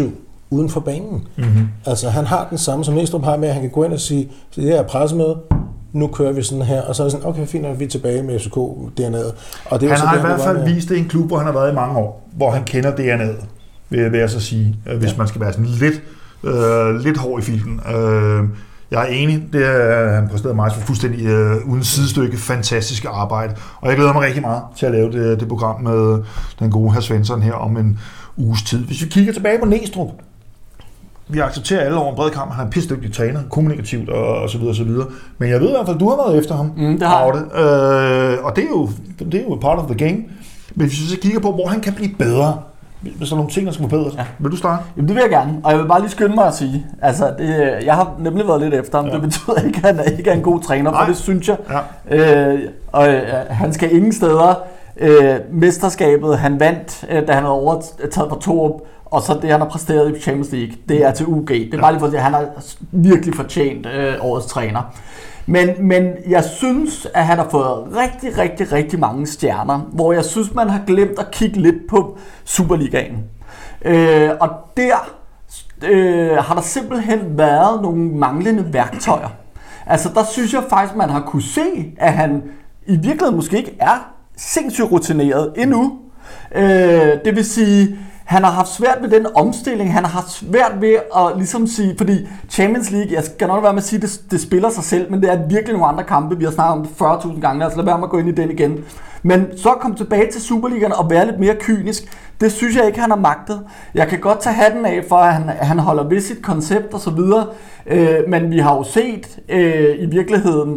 uden for banen. Mm-hmm. Altså han har den samme, som Næstrup har med, at han kan gå ind og sige, det her er pressemøde, nu kører vi sådan her, og så er det sådan, okay, fint, vi er tilbage med FCK dernede. Og det er han har i hvert fald vist det i en klub, hvor han har været i mange år, hvor han kender DNA'et, vil jeg så sige, hvis man skal være sådan lidt hård i filten. Jeg er enig, det er han præsteret meget for fuldstændig uden sidestykke, fantastisk arbejde, og jeg glæder mig rigtig meget til at lave det program med den gode hr. Svensson her om en uges tid. Hvis vi kigger tilbage på Næstrup, vi accepterer alle over en bred kamp, han er en pissedygtig træner, kommunikativt og så videre og så videre, men jeg ved i hvert fald, du har været efter ham. Det har jeg. Og det er jo part of the game, men hvis vi så kigger på, hvor han kan blive bedre, hvis der er nogle ting, der skal blive bedre, vil du starte? Jamen det vil jeg gerne, og jeg vil bare lige skynde mig at sige, altså jeg har nemlig været lidt efter ham, det betyder ikke, at han ikke er en god træner, for det synes jeg. Han skal ingen steder. Mesterskabet, han vandt, da han havde overtaget fra Torup, og så det, han har præsteret i Champions League, det er til UG. Det er bare lige for at sige, at han har virkelig fortjent årets træner. Men jeg synes, at han har fået rigtig mange stjerner, hvor jeg synes, man har glemt at kigge lidt på Superligaen. Og der har der simpelthen været nogle manglende værktøjer. Altså der synes jeg faktisk, man har kunne se, at han i virkeligheden måske ikke er sindssygt rutineret endnu. Det vil sige, han har haft svært ved den omstilling, han har haft svært ved at ligesom sige, fordi Champions League, jeg skal nok være med at sige, det spiller sig selv, men det er virkelig nogle andre kampe, vi har snakket om det 40.000 gange, altså lad være med at gå ind i den igen. Men så komme tilbage til Superligaen og være lidt mere kynisk, det synes jeg ikke, han har magtet. Jeg kan godt tage hatten af, for at han holder ved sit koncept og så videre, men vi har jo set i virkeligheden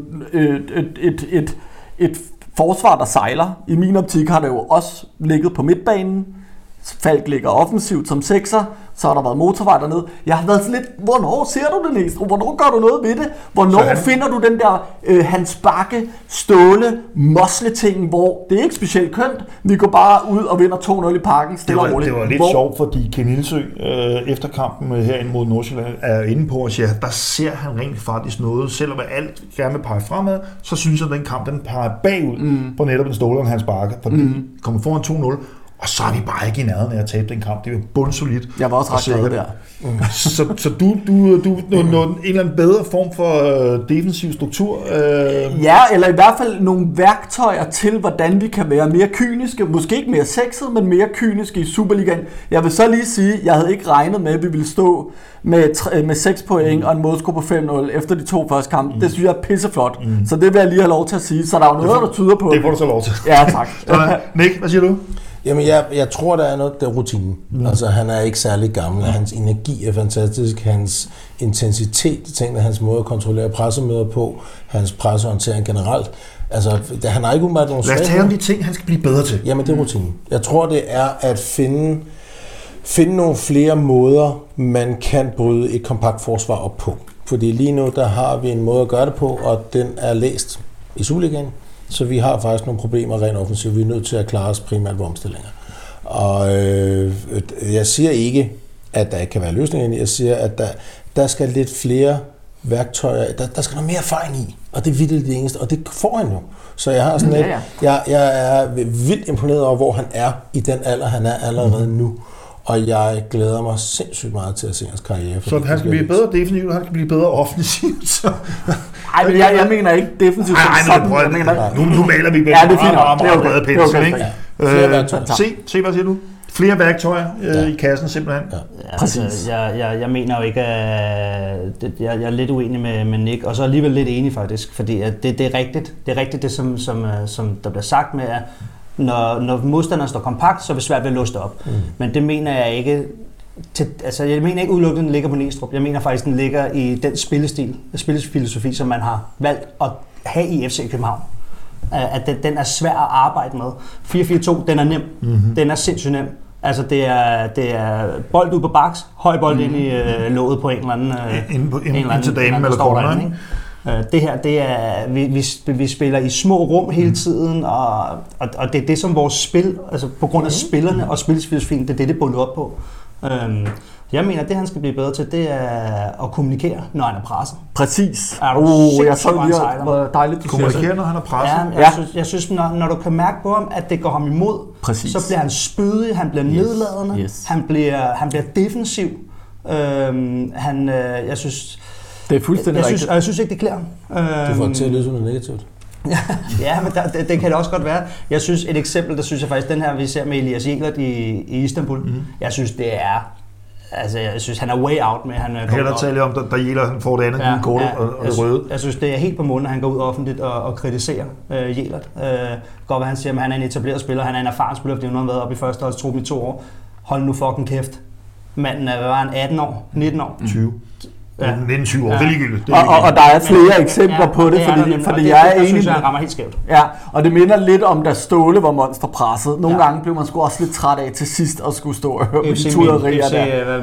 et forsvar, der sejler. I min optik har det jo også ligget på midtbanen. Falk ligger offensivt som sekser, så har der været motorvej dernede. Jeg har været sådan lidt, hvornår ser du det, Næstrup? Hvornår gør du noget ved det? Hvornår finder du den der Hans Bakke, Ståle, Mosle-ting, hvor det er ikke specielt kønt. Vi går bare ud og vinder 2-0 i parken, stille og roligt. Det var lidt sjovt, fordi Ken Hilsø efter kampen herinde mod Nordsjælland er inde på og siger, at der ser han rent faktisk noget. Selvom alt gerne vil pege fremad, så synes jeg, at den kamp den peger bagud på netop en Ståle og Hans Bakke. Fordi kommer foran 2-0. Og så er vi bare ikke i nærheden af at tabe den kamp. Det er jo bundsolidt. Jeg var også ret glad der. Så du en eller anden bedre form for defensiv struktur? Ja, eller i hvert fald nogle værktøjer til, hvordan vi kan være mere kyniske. Måske ikke mere sexet, men mere kyniske i Superligaen. Jeg vil så lige sige, at jeg havde ikke regnet med, at vi ville stå med 6 point og en målscore på 5-0 efter de 2 første kampe. Det synes jeg er pisseflot. Så det vil jeg lige have lov til at sige. Så der er jo noget, der tyder på. Det får du så lov til. Ja, tak. Nick, hvad siger du? Jamen, jeg tror, der er noget, der er rutinen. Altså, han er ikke særlig gammel. Hans energi er fantastisk. Hans intensitet, tingene, hans måde at kontrollere pressemøder på, hans pressehåndtering generelt. Altså, han har ikke umiddelbart nogle svagheder. Lad os tale om de ting, han skal blive bedre til. Jamen, det er rutinen. Jeg tror, det er at finde nogle flere måder, man kan bryde et kompakt forsvar op på. Fordi lige nu, der har vi en måde at gøre det på, og den er læst i Superligaen. Så vi har faktisk nogle problemer rent offensivt. Vi er nødt til at klare os primært ved omstillinger. Og jeg siger ikke, at der ikke kan være løsninger. Jeg siger, at der skal lidt flere værktøjer. Der skal noget mere erfaring i. Og det er vildt det eneste. Og det får han jo. Så jeg har sådan jeg er vildt imponeret over, hvor han er i den alder, han er allerede nu. Og jeg glæder mig sindssygt meget til at se hans karriere. Så han skal blive bedre defensivt, og han skal blive bedre offensivt. Nej, men jeg mener ikke defensivt som sådan. Nu maler vi meget pænt. Se, hvad siger du? Flere værktøjer i kassen simpelthen. Ja, præcis. Jeg mener jo ikke, at jeg er lidt uenig med Nick, og så alligevel lidt enig faktisk, fordi at det er rigtigt. Det er rigtigt det, som der bliver sagt med, at når modstanderen står kompakt, så er det svært ved at låse op. Men det mener jeg ikke. Jeg mener ikke udelukkende, den ligger på Næstrup. Jeg mener faktisk, den ligger i den spillefilosofi, som man har valgt at have i FC København. At den er svær at arbejde med. 4-4-2, den er nem. Den er sindssygt nem. Altså det er bold ud på baks, høj bold ind i låget på en eller anden til damen eller corner. Det her, det er vi spiller i små rum hele tiden, og det er det som vores spil, altså på grund af spillerne og spilfilosofien, det er det bundet op på. Jeg mener, det han skal blive bedre til, det er at kommunikere, når han er presset. Præcis. Jeg så lige, hvor dejligt du kommunikere, når han er presset. Jeg synes når du kan mærke på ham, at det går ham imod, så bliver han spydig, han bliver nedladende, han bliver defensiv. Jeg synes... Det er fuldstændig rigtigt. Jeg synes ikke, det klæder ham. Du får det til at lyde som noget negativt. Ja, men det kan det også godt være. Jeg synes, et eksempel, der synes jeg faktisk, den her, vi ser med Elias Jelert i Istanbul, jeg synes, det er... Altså, jeg synes, han er way out med, han her der taler om, der Jelert han får det andet gule kort og det røde. Jeg synes, det er helt på månen, at han går ud offentligt og kritiserer Jelert. Godt hvad han siger, at han er en etableret spiller, han er en erfaren spiller, fordi han har været oppe i førsteholdstruppen i 2 år. Hold nu fucking kæft. Manden er, hvad var han, 18 år? 19 år? 20. Ja. 19-20 år, det er ligegyldigt. Og der er flere eksempler på det, fordi jeg er enig. Jeg synes, han rammer helt skævt. Ja, og det minder lidt om, da Ståle var monsterpresset. Nogle gange blev man sgu også lidt træt af til sidst at skulle stå og høre på de tuderier der.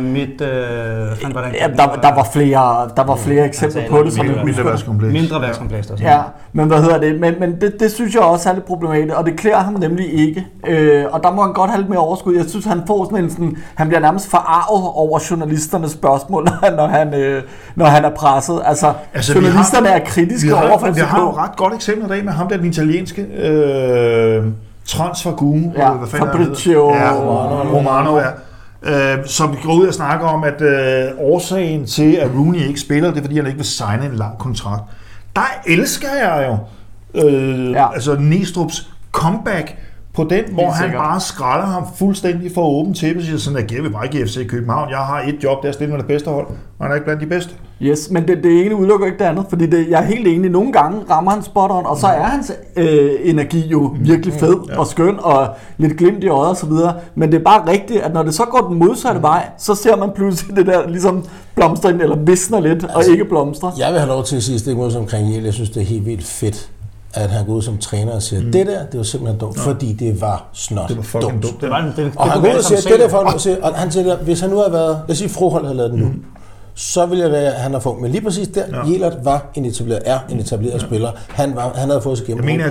Der var flere eksempler på det, som jeg husker. Mindre værtskomplekser. Ja, men hvad hedder det? Men det synes jeg også er lidt problematisk, og det klæder ham nemlig ikke. Og der må han godt have lidt mere overskud. Jeg synes, han får sådan han bliver nærmest forarvet over journalisternes spørgsmål, når han er presset. Altså journalisterne er kritiske overfor FCK. Vi har jo ret godt eksempel i dag med ham der, den italienske transferguru, Fabrizio Romano, som går ud og snakker om, at årsagen til, at Rooney ikke spiller, det er, fordi han ikke vil signe en lang kontrakt. Der elsker jeg jo altså Nistrups comeback på den, hvor han bare skralder ham fuldstændig for åben tæppe og siger sådan, at jeg vil bare ikke i FC København. Jeg har et job, der er stille med det bedste hold, og han er ikke blandt de bedste. Yes, men det ene udelukker ikke det andet, fordi jeg er helt enig. Nogle gange rammer han spot on, og så er hans energi jo virkelig fed og skøn, og lidt glimt i øjet og så videre. Men det er bare rigtigt, at når det så går den modsatte vej, så ser man pludselig det der ligesom blomstring, eller visner lidt, og ikke blomstrer. Jeg vil have lov til at sige stik mod omkring Jelle. Jeg synes, det er helt vildt fedt, at han går ud som træner og siger, det var simpelthen dumt, fordi det var snot. Det var fucking dumt. Og han går ud og siger, det der folk siger, og han siger, hvis han nu havde været, lad os sige, Froholt havde lavet den nu, så ville jeg være, han har fået. Men lige præcis der, Jelert var en etableret spiller. Han havde fået sig gennem. Jeg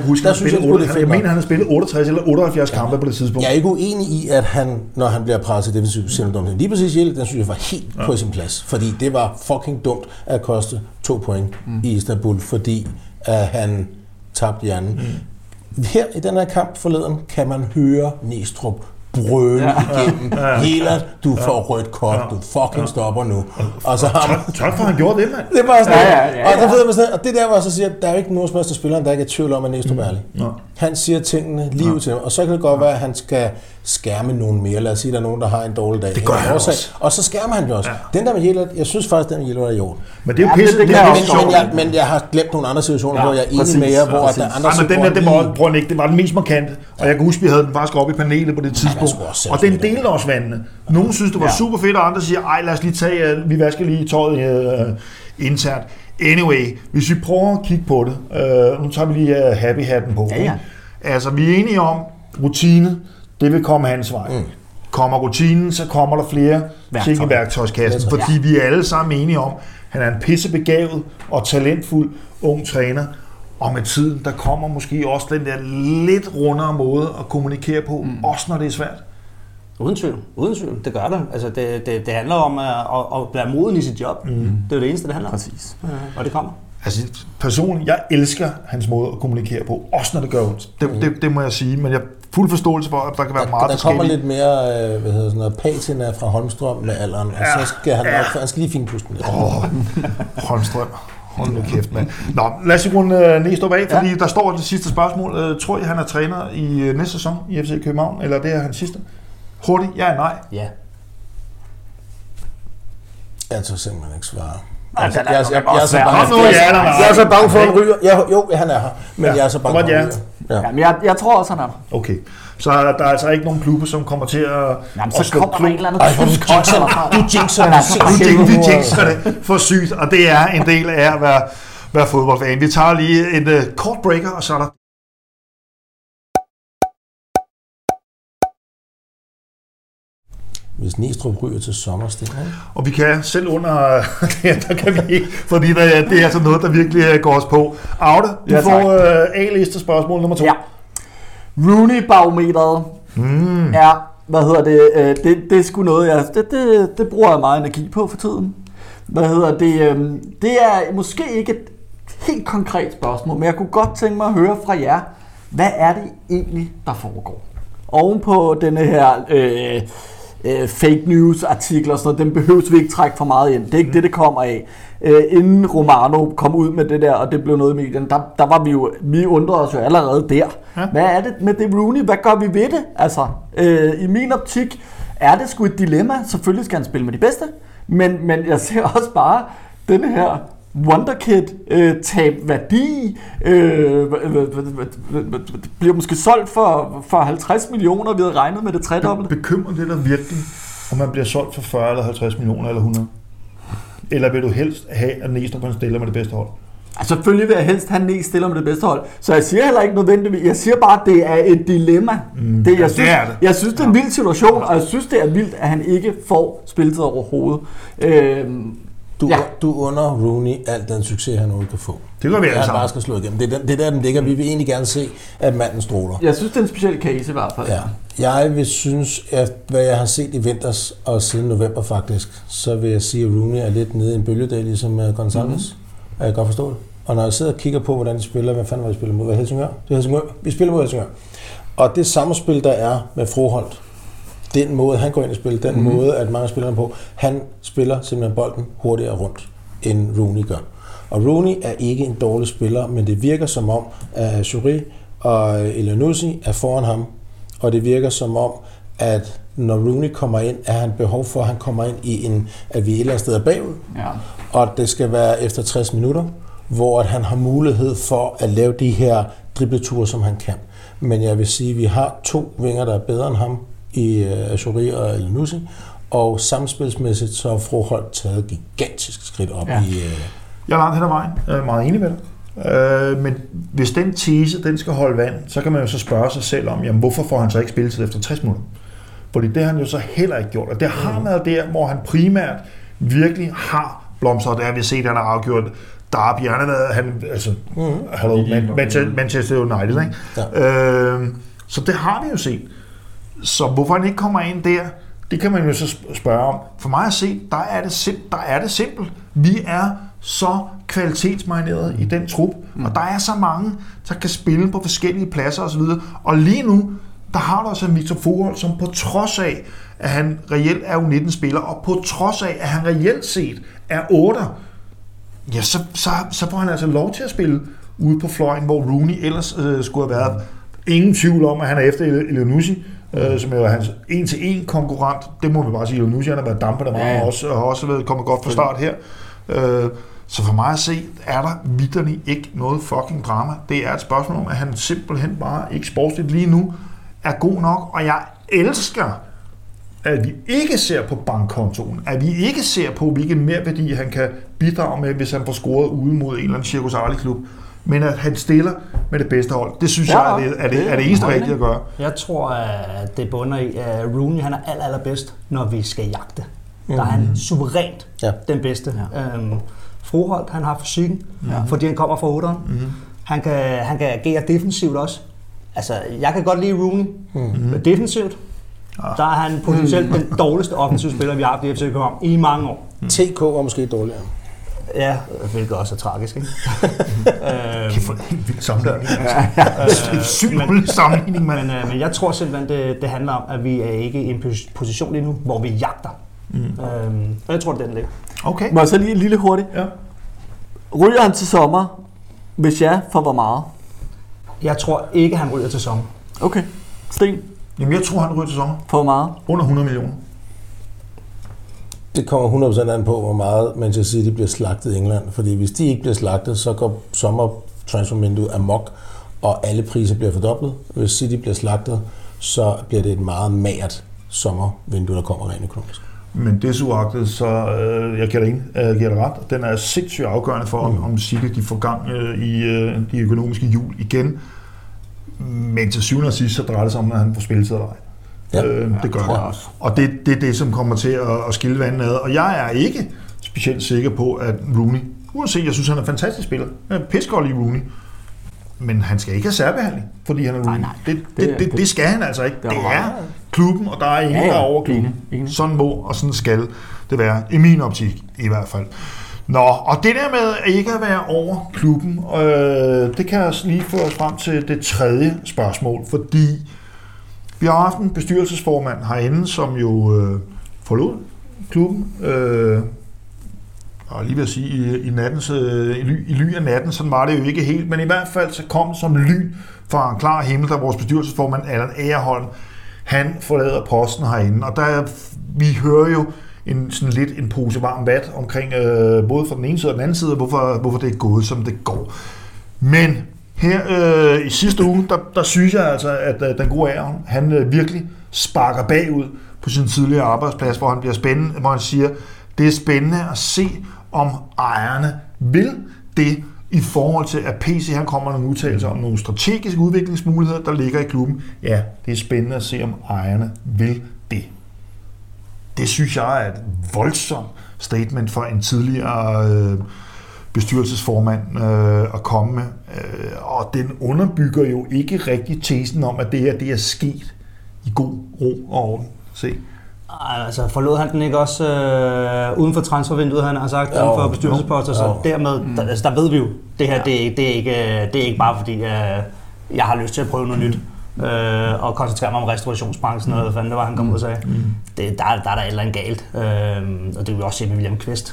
mener, han har spillet 68 eller 78 kampe på det tidspunkt. Jeg er ikke uenig i, at han, når han bliver presset defensivt, siger dumt. Lige præcis Jelert, den synes jeg var helt på sin plads. Fordi det var fucking dumt at koste 2 point i Istanbul, fordi han tabte hjernen. Her i den her kamp forleden kan man høre Nistrup brøle igennem. Jelert, du får rødt kort, du fucking stopper nu. Og så har man... Tak for, han gjorde det, mand. Det var sådan, og der ved man sådan, og det der var så siger, der er jo ikke nogen spørgsmål spilleren, der ikke er tvivl om, at Nistrup er ærlig. Han siger tingene lige ud til ham, og så kan det godt være, at han skal skærme nogen mere. Lad os sige, at der er nogen, der har en dårlig dag. Det gør han også. Og så skærmer han jo også. Den der med Jelert, jeg synes faktisk, den med Jelert er i orden. Men det er jo pisse. Men jeg har glemt nogle andre situationer, hvor jeg er enig med jer, hvor der er andre situationer. Det var den mest markante, og jeg kan huske, vi havde den faktisk oppe i panelet på det tidspunkt. Og den delte også vandene. Nogle synes, det var super fedt, og andre siger, ej, lad os lige tage, vi vasker lige tøjet internt. Anyway, hvis vi prøver at kigge på det, nu tager vi lige happy-hatten på. Ja. Altså, vi er enige om, rutine, det vil komme hans vej. Kommer rutinen, så kommer der flere ting i værktøjskassen, fordi vi er alle sammen enige om, han er en pissebegavet og talentfuld ung træner, og med tiden, der kommer måske også den der lidt rundere måde at kommunikere på, også når det er svært. Uden tvivl. Det gør det. Altså, det handler om at blive moden i sit job. Det er jo det eneste, det handler om. Præcis. Og det kommer. Altså, personligt, jeg elsker hans måde at kommunikere på, også når det gør ondt. Det må jeg sige, men jeg er fuld forståelse for, at der kan være meget forskelligt. Der kommer lidt mere, patina fra Holmstrøm med alderen, og så skal han skal lige finpuste den. Holmstrøm. Hold nu kæft, mand. Nå, lad os runde Nistrup af, fordi der står det sidste spørgsmål. Tror I, han er træner i næste sæson i FC København, eller det er hans sidste? Hurtigt, ja eller nej? Ja. Jeg tror simpelthen ikke svare. Jeg er så bange for, at han ryger. Jo, han er her, men jeg er så bange for, at han ryger. Jamen, jeg tror også, han er der. Okay. Så der er altså ikke nogen klubber, som kommer til at... Jamen, så kommer der et eller andet. Du jinxer det for sygt, og det er en del af at være fodboldfan. Vi tager lige en kort breaker, og så er der... Hvis Nistrup ryger til sommerstil. Og vi kan selv under... der kan vi ikke, fordi det er altså noget, der virkelig går os på. Aude, du får A-liste spørgsmål nummer 2. Ja. Rooney-barometeret er, det er sgu noget, det bruger jeg meget energi på for tiden. Det er måske ikke et helt konkret spørgsmål, men jeg kunne godt tænke mig at høre fra jer, hvad er det egentlig, der foregår? Oven på denne her fake news artikler og sådan noget, dem behøves vi ikke trække for meget ind. Det er ikke det kommer af. Inden Romano kom ud med det der, og det blev noget i medierne, der var vi undrede os jo allerede der. Ja. Hvad er det med det Rooney? Hvad gør vi ved det? Altså, i min optik er det sgu et dilemma. Selvfølgelig skal han spille med de bedste, men jeg ser også bare denne her Wonderkid tab værdi, bliver måske solgt for 50 millioner, vi havde regnet med det tredobbelte. Bekymrer det dig virkelig, om man bliver solgt for 40 eller 50 millioner eller 100? Eller vil du helst have, at Næstrup han stiller med det bedste hold? Altså, selvfølgelig vil jeg helst have Næs stiller med det bedste hold. Så jeg siger heller ikke nødvendigvis. Jeg siger bare, at det er et dilemma. Jeg synes, det er en vild situation, og jeg synes, det er vildt, at han ikke får spilletid overhovedet. Du under Rooney alt den succes, han nu kan få. Det gør vi alle sammen. Han bare skal slå igennem. Det er der, den ligger. Vi vil egentlig gerne se, at manden stråler. Jeg synes, det er en speciel case i hvert fald. Ja. Jeg vil synes, at hvad jeg har set i vinters og siden november faktisk, så vil jeg sige, at Rooney er lidt nede i en bølgedal, ligesom Gonzalez. Og jeg kan godt forstå det. Og når jeg sidder og kigger på, hvordan de spiller, hvad fanden var de spiller mod? Helsingør? Det er Helsingør. Vi spiller mod Helsingør. Og det samspil, der er med Froholt, den måde, han går ind i spil, den måde, at mange spiller på, han spiller simpelthen bolden hurtigere rundt, end Rooney gør. Og Rooney er ikke en dårlig spiller, men det virker som om, at Jury og Elyounoussi er foran ham, og det virker som om, at når Rooney kommer ind, er han behov for, at han kommer ind i at vi et eller andet sted er bagud, og det skal være efter 60 minutter, hvor at han har mulighed for at lave de her dribleture, som han kan. Men jeg vil sige, at vi har 2 vinger, der er bedre end ham, i Jury og Elyounoussi, og samspilsmæssigt så har Froholt taget gigantisk skridt op i... Jeg er langt hen ad vejen. Jeg er meget enig med dig. Men hvis den tese, den skal holde vand, så kan man jo så spørge sig selv om, jamen hvorfor får han så ikke spilletid efter 60 minutter? Fordi det har han jo så heller ikke gjort. Og det har været der, hvor han primært virkelig har blomstret. Det har vi set, at han har afgjort Derby. Manchester United, ikke? Ja. Så det har vi jo set. Så hvorfor han ikke kommer ind der, det kan man jo så spørge om. For mig at se, der er det simpelt. Vi er så kvalitetsmarineret i den trup, og der er så mange, der kan spille på forskellige pladser osv. Og lige nu, der har du altså en Victor Froholt, som på trods af, at han reelt er U19-spiller, og på trods af, at han reelt set er 8'er, ja, så får han altså lov til at spille ude på fløjen, hvor Rooney ellers skulle have været. Ingen tvivl om, at han er efter Elyounoussi, som er hans 1-til-1 konkurrent. Det må vi bare sige. Elyounoussi, han har været dampet der meget, og har også været kommet godt fra start her. Så for mig at se, er der vitterligt ikke noget fucking drama. Det er et spørgsmål om, at han simpelthen bare ikke sportsligt lige nu er god nok. Og jeg elsker, at vi ikke ser på bankkontoen. At vi ikke ser på, hvilken merværdi han kan bidrage med, hvis han får scoret ude mod en eller anden Cirkus Arli-klub. Men at han stiller med det bedste hold, det synes jeg er det eneste rigtige at gøre. Jeg tror, at det bunder i, at Rooney han er allerbedst, når vi skal jagte. Der er han suverænt den bedste. Ja. Froholt, han har fysikken, fordi han kommer fra 8'eren. Han kan agere defensivt også. Altså, jeg kan godt lide Rooney, men defensivt, der er han potentielt den dårligste offensive spiller, vi har haft i FC København i mange år. TK var måske dårligere. Ja, hvilket også er tragisk, ikke? Det er en vild sammenligning. Sygt sammenligning, men jeg tror simpelthen, det handler om, at vi er ikke i en position lige nu, hvor vi jagter. Og jeg tror, det er den ligger. Okay. Må jeg så lige en lille hurtigt? Ja. Ryger han til sommer? Hvis ja, for hvor meget? Jeg tror ikke, han ryger til sommer. Okay. Sten? Jamen, jeg tror, han ryger til sommer. For hvor meget? Under 100 millioner. Det kommer 100% an på, hvor meget Manchester City bliver slagtet i England. Fordi hvis de ikke bliver slagtet, så går sommertransfervinduet amok, og alle priser bliver fordoblet. Hvis City bliver slagtet, så bliver det et meget magert sommervindue, der kommer rent økonomisk. Men det uagtet, så jeg giver dig ret. Den er sindssygt afgørende for, om City de får gang i de økonomiske hjul igen. Men til syvende og sidst, så drejer det sig om, at han får spilletid eller ej. Ja, det gør det også. Og det er det, som kommer til at skille vandet ad. Og jeg er ikke specielt sikker på, at Rooney, uanset jeg synes, han er en fantastisk spiller, jeg er pissegold i Rooney, men han skal ikke have særbehandling, fordi han er Rooney. Det skal han altså ikke. Det er klubben, og der er ingen, der er over klubben. Sådan må, og sådan skal det være, i min optik i hvert fald. Nå, og det der med ikke at være over klubben, det kan også lige føre os frem til det tredje spørgsmål, fordi Vi har haft en bestyrelsesformand herinde, som jo forlod klubben, og lige vil sige, i ly af natten, sådan var det jo ikke helt, men i hvert fald så kom som lyn fra en klar himmel, der vores bestyrelsesformand, Allan Agerholm, han forlader posten herinde, og vi hører jo sådan lidt en pose varm vat omkring, både fra den ene side og den anden side, hvorfor det er gået, som det går. Men her i sidste uge, der synes jeg altså, at den gode Agerholm, han virkelig sparker bagud på sin tidligere arbejdsplads, hvor han bliver spændende, hvor han siger, det er spændende at se, om ejerne vil det i forhold til, at PC her kommer nogle udtalelser om nogle strategiske udviklingsmuligheder, der ligger i klubben. Ja, det er spændende at se, om ejerne vil det. Det synes jeg er et voldsomt statement for en tidligere bestyrelsesformand at komme med. Og den underbygger jo ikke rigtig tesen om, at det her det er sket i god ro og orden. Se. Altså forlod han den ikke også uden for transfervinduet, han har sagt, uden for bestyrelsesposter, så dermed, der ved vi jo, det her, det er ikke bare fordi, jeg har lyst til at prøve noget nyt, og koncentrere mig om restaurationsbranchen, eller hvad fanden det var, han kom ud og sagde. Der er et eller andet galt, og det vil vi også se med William Kvist.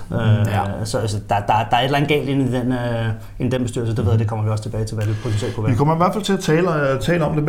Så der er et eller andet galt i den bestyrelse, det ved jeg, det kommer vi også tilbage til, hvad det potentielt kunne være. Vi kommer i hvert fald til at tale om det.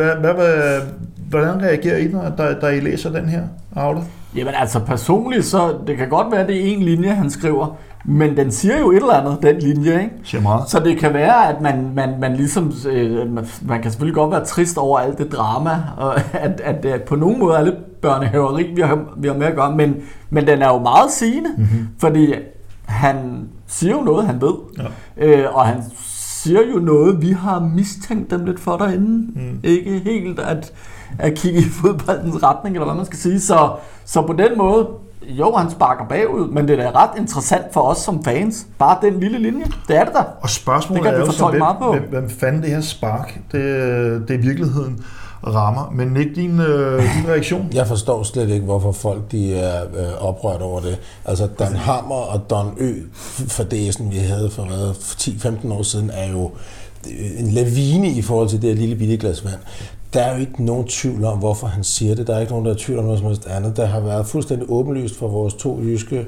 Hvordan reagerer I, da I læser den her, Aula? Jamen altså personligt, så det kan godt være, at det er en linje, han skriver, men den siger jo et eller andet, den linje, ikke? Siger meget. Så det kan være, at man ligesom, man kan selvfølgelig godt være trist over alt det drama, og at på nogen måde er lidt børnehaveri, vi har med at gøre, men den er jo meget sigende, fordi han siger jo noget, han ved, og han siger jo noget, vi har mistænkt dem lidt for derinde, ikke helt at kigge i fodboldens retning, eller hvad man skal sige. Så på den måde, jo, han sparker bagud, men det er ret interessant for os som fans. Bare den lille linje, det er det der. Og spørgsmålet er jo så, hvem fanden det her spark, det i virkeligheden rammer. Men ikke din reaktion? Jeg forstår slet ikke, hvorfor folk de er oprørt over det. Altså, Dan Hammer og Don Ø, for det, som vi havde for 10-15 år siden, er jo en lavine i forhold til det her lille bitte glas vand. Der er jo ikke nogen tvivl om, hvorfor han siger det. Der er ikke nogen, der er tvivl om noget som helst andet. Der har været fuldstændig åbenlyst for vores to jyske,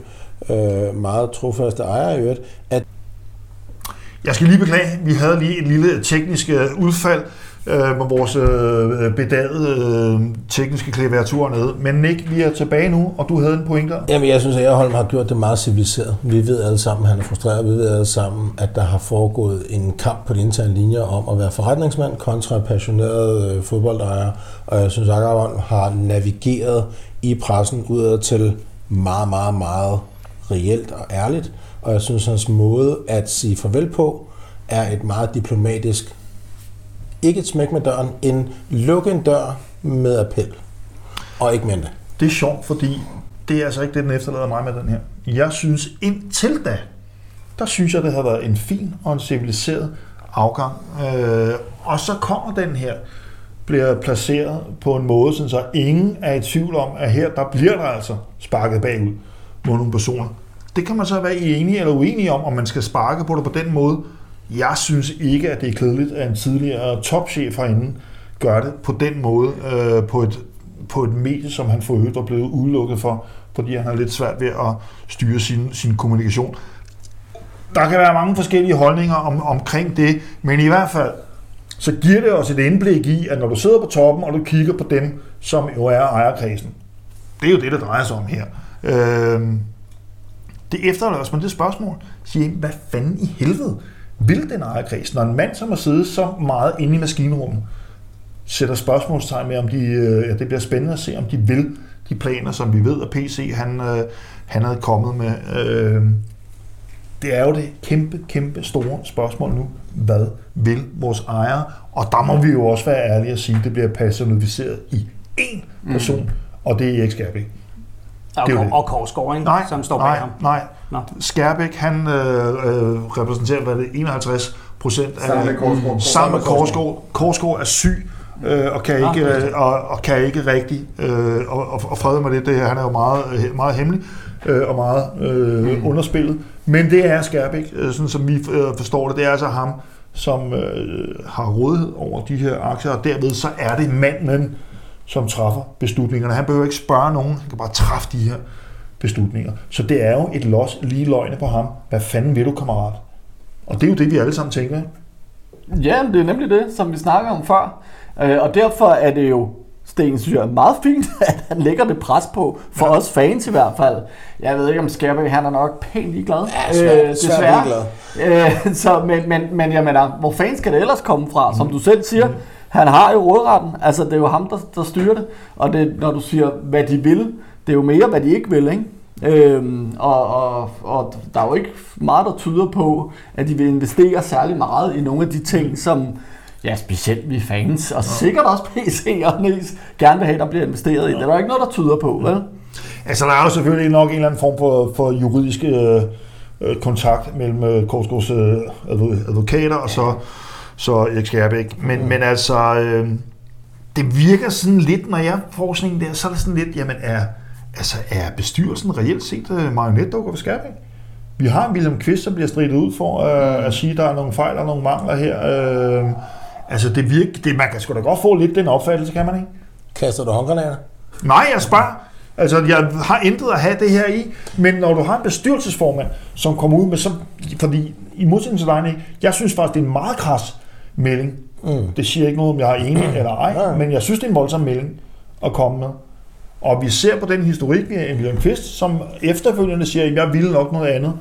meget trofaste ejere i øvrigt, at... Jeg skal lige beklage, vi havde lige et lille teknisk udfald med vores bedagede tekniske klaviatur nede. Men Nick, vi er tilbage nu, og du havde en pointe. Jamen, jeg synes, at Agerholm har gjort det meget civiliseret. Vi ved alle sammen, at han er frustreret. Vi ved alle sammen, at der har foregået en kamp på de interne linjer om at være forretningsmand kontra passioneret fodboldejer. Og jeg synes, at Agerholm har navigeret i pressen udad til meget, meget, meget reelt og ærligt. Og jeg synes, hans måde at sige farvel på er et meget diplomatisk, ikke et smæk med døren, en lukke en dør med appel. Og ikke mindre. Det er sjovt, fordi det er altså ikke det, den efterlader mig med den her. Jeg synes indtil da, der synes jeg, det har været en fin og en civiliseret afgang. Og så kommer den her, bliver placeret på en måde, sådan så ingen er i tvivl om, at her, der bliver der altså sparket bagud mod nogle personer. Det kan man så være enige eller uenige om man skal sparke på det på den måde. Jeg synes ikke, at det er kedeligt, at en tidligere topchef herinde gør det på den måde, på et medie, som han for øvrigt var blevet udelukket for, fordi han har lidt svært ved at styre sin kommunikation. Der kan være mange forskellige holdninger omkring det, men i hvert fald, så giver det os et indblik i, at når du sidder på toppen, og du kigger på dem, som jo er ejerkredsen, det er jo det drejer sig om her. Det efterlader os med det spørgsmål, siger, hvad fanden i helvede vil den ejerkreds, når en mand, som har siddet så meget inde i maskinrummet, sætter spørgsmålstegn med, om det bliver spændende at se, om de vil de planer, som vi ved, at PC han havde kommet med. Det er jo det kæmpe store spørgsmål nu. Hvad vil vores ejere? Og der må vi jo også være ærlige at sige, at det bliver personificeret i én person, og det er Erik Skærbæk. Og Korsgaard, ikke? Som står bag ham. Nej. Skærbæk, han repræsenterer, hvad det 51% af... Sammen med Korsgaard. Korsgaard er syg, og kan ikke rigtig... Og frede med det her, han er jo meget hemmelig, og meget underspillet. Men det er Skærbæk, sådan som vi forstår det. Det er altså ham, som har rådighed over de her aktier, og derved så er det manden, som træffer beslutningerne. Han behøver ikke spørge nogen, han kan bare træffe de her beslutninger. Så det er jo et los lige løgne på ham. Hvad fanden vil du, kammerat? Og det er jo det, vi alle sammen tænker. Ja, det er nemlig det, som vi snakker om før. Og derfor er det jo, Sten, synes jeg, meget fint, at han lægger det pres på, for os fans i hvert fald. Jeg ved ikke, om Skærbæk, han er nok pænt ligeglad. Ja, desværre. Men jeg mener, hvor fans skal det ellers komme fra? Som du selv siger, han har jo rådretten. Altså, det er jo ham, der styrer det. Og det, når du siger, hvad de vil, det er jo mere, hvad de ikke vil, ikke? Og der er jo ikke meget, der tyder på, at de vil investere særlig meget i nogle af de ting, som specielt vi fans, og sikkert også PC'erne gerne vil have, der bliver investeret i. Det er der ikke noget, der tyder på, vel? Altså, der er jo selvfølgelig nok en eller anden form for juridisk kontakt mellem Korsgaards advokater og så Erik Skærbæk. Men altså, det virker sådan lidt, når jeg får sådan en der, så er det sådan lidt, jamen er bestyrelsen reelt set marionetdukker for Skærbæk? Vi har en Wilhelm Kvist, der bliver stridt ud for at sige, at der er nogle fejl og nogle mangler her. Altså, det virker, man kan sgu da godt få lidt den opfattelse, kan man ikke? Kaster du håndgranater? Nej, jeg spørger. Altså, jeg har intet at have det her i, men når du har en bestyrelsesformand, som kommer ud med fordi i modsætning til dig, jeg synes faktisk, det er en meget kras melding. Det siger ikke noget, om jeg er enig eller ej, men jeg synes, det er en voldsom melding at komme med. Og vi ser på den historik, vi har en Wilhelm Kvist, som efterfølgende siger, at jeg ville nok noget andet.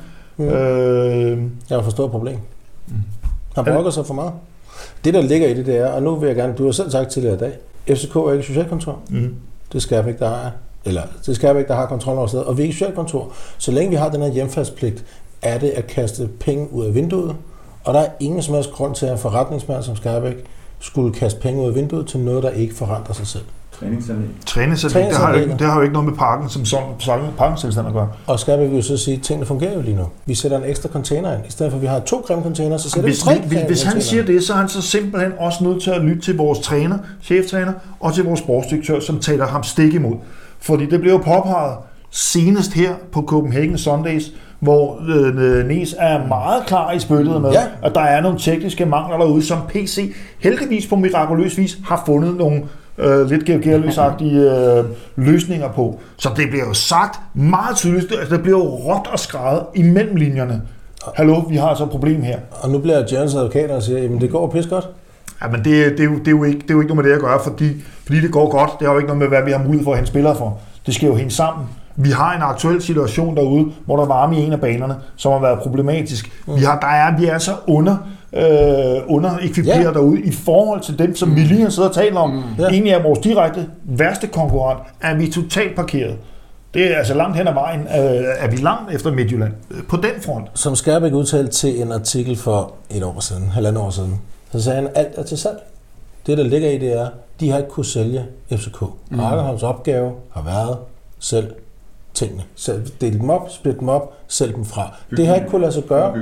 Jeg har forstået et problem. Han brokker sig for meget. Det, der ligger i det er, og nu vil jeg gerne, du har selv sagt tidligere i dag, FCK er ikke socialkontor. Det er Skærbæk, der har, eller det er Skærbæk, der har kontrol over stedet, og vi er ikke socialkontor. Så længe vi har den her hjemfaldspligt, er det at kaste penge ud af vinduet, og der er ingen som helst grund til, at en forretningsmand som Skærbæk skulle kaste penge ud af vinduet til noget, der ikke forrenter sig selv. Træningsanlæg, det har jo ikke noget med parken som sådan parkenselstand at gøre. Og Skærbæk vil jo så sige, at tingene fungerer jo lige nu. Vi sætter en ekstra container ind. I stedet for, at vi har 2 creme-container, så sætter vi 3 creme-container. Hvis han siger det, så er han så simpelthen også nødt til at lytte til vores træner, cheftræner, og til vores sportsdirektør, som taler ham stik imod. Fordi det blev jo påpeget senest her på Copenhagen Sundays, hvor Nes er meget klar i spyttet med, at der er nogle tekniske mangler derude, som PC heldigvis på mirakuløs vis har fundet nogle lidt gærløsagtige løsninger på. Så det bliver jo sagt meget tydeligt, altså det bliver jo råbt og skrevet imellem linjerne. Hallo, vi har altså et problem her. Og nu bliver Jørgens advokater og siger, jamen det går pis godt. Ja, men det er jo ikke noget med det at gøre, fordi det går godt. Det har jo ikke noget med, hvad vi har mulighed for at hente spillere for. Det skal jo hænge sammen. Vi har en aktuel situation derude, hvor der er varme i en af banerne, som har været problematisk. Vi er så underekviperet derude i forhold til dem, som vi lige har siddet og talt om. Egentlig er vores direkte værste konkurrent, er vi totalt parkeret. Det er altså langt hen ad vejen, er vi langt efter Midtjylland på den front. Som Skærbæk udtalte til en artikel for 1,5 år siden, så sagde han, at alt er til salg. Det, der ligger i det er, de har ikke kunnet sælge FCK. Arkenholms opgave har været selv tingene. Del dem op, split dem op, sælg dem fra. Det har ikke kunne lade sig gøre.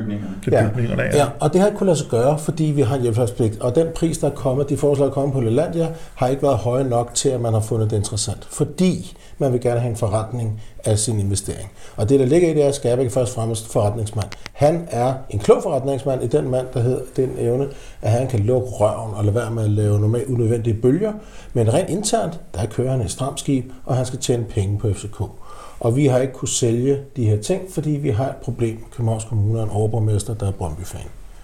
Og det har ikke kunne lade sig gøre, fordi vi har en hjælpspligt. Og den pris, der er kommet, de forslag, der er kommet på Lelandia, har ikke været høje nok til, at man har fundet det interessant. Fordi man vil gerne have en forretning af sin investering. Og det, der ligger i det, er Skærbæk først og fremmest forretningsmand. Han er en klog forretningsmand i den mand, der hedder den evne, at han kan lukke røven og lade være med at lave normalt unødvendige bølger. Men rent internt, der kører han et stramt skib, og han skal tjene penge på FCK. Og vi har ikke kunne sælge de her ting, fordi vi har et problem. Københavns Kommune er en overborgmester, der er Brøndby-fan.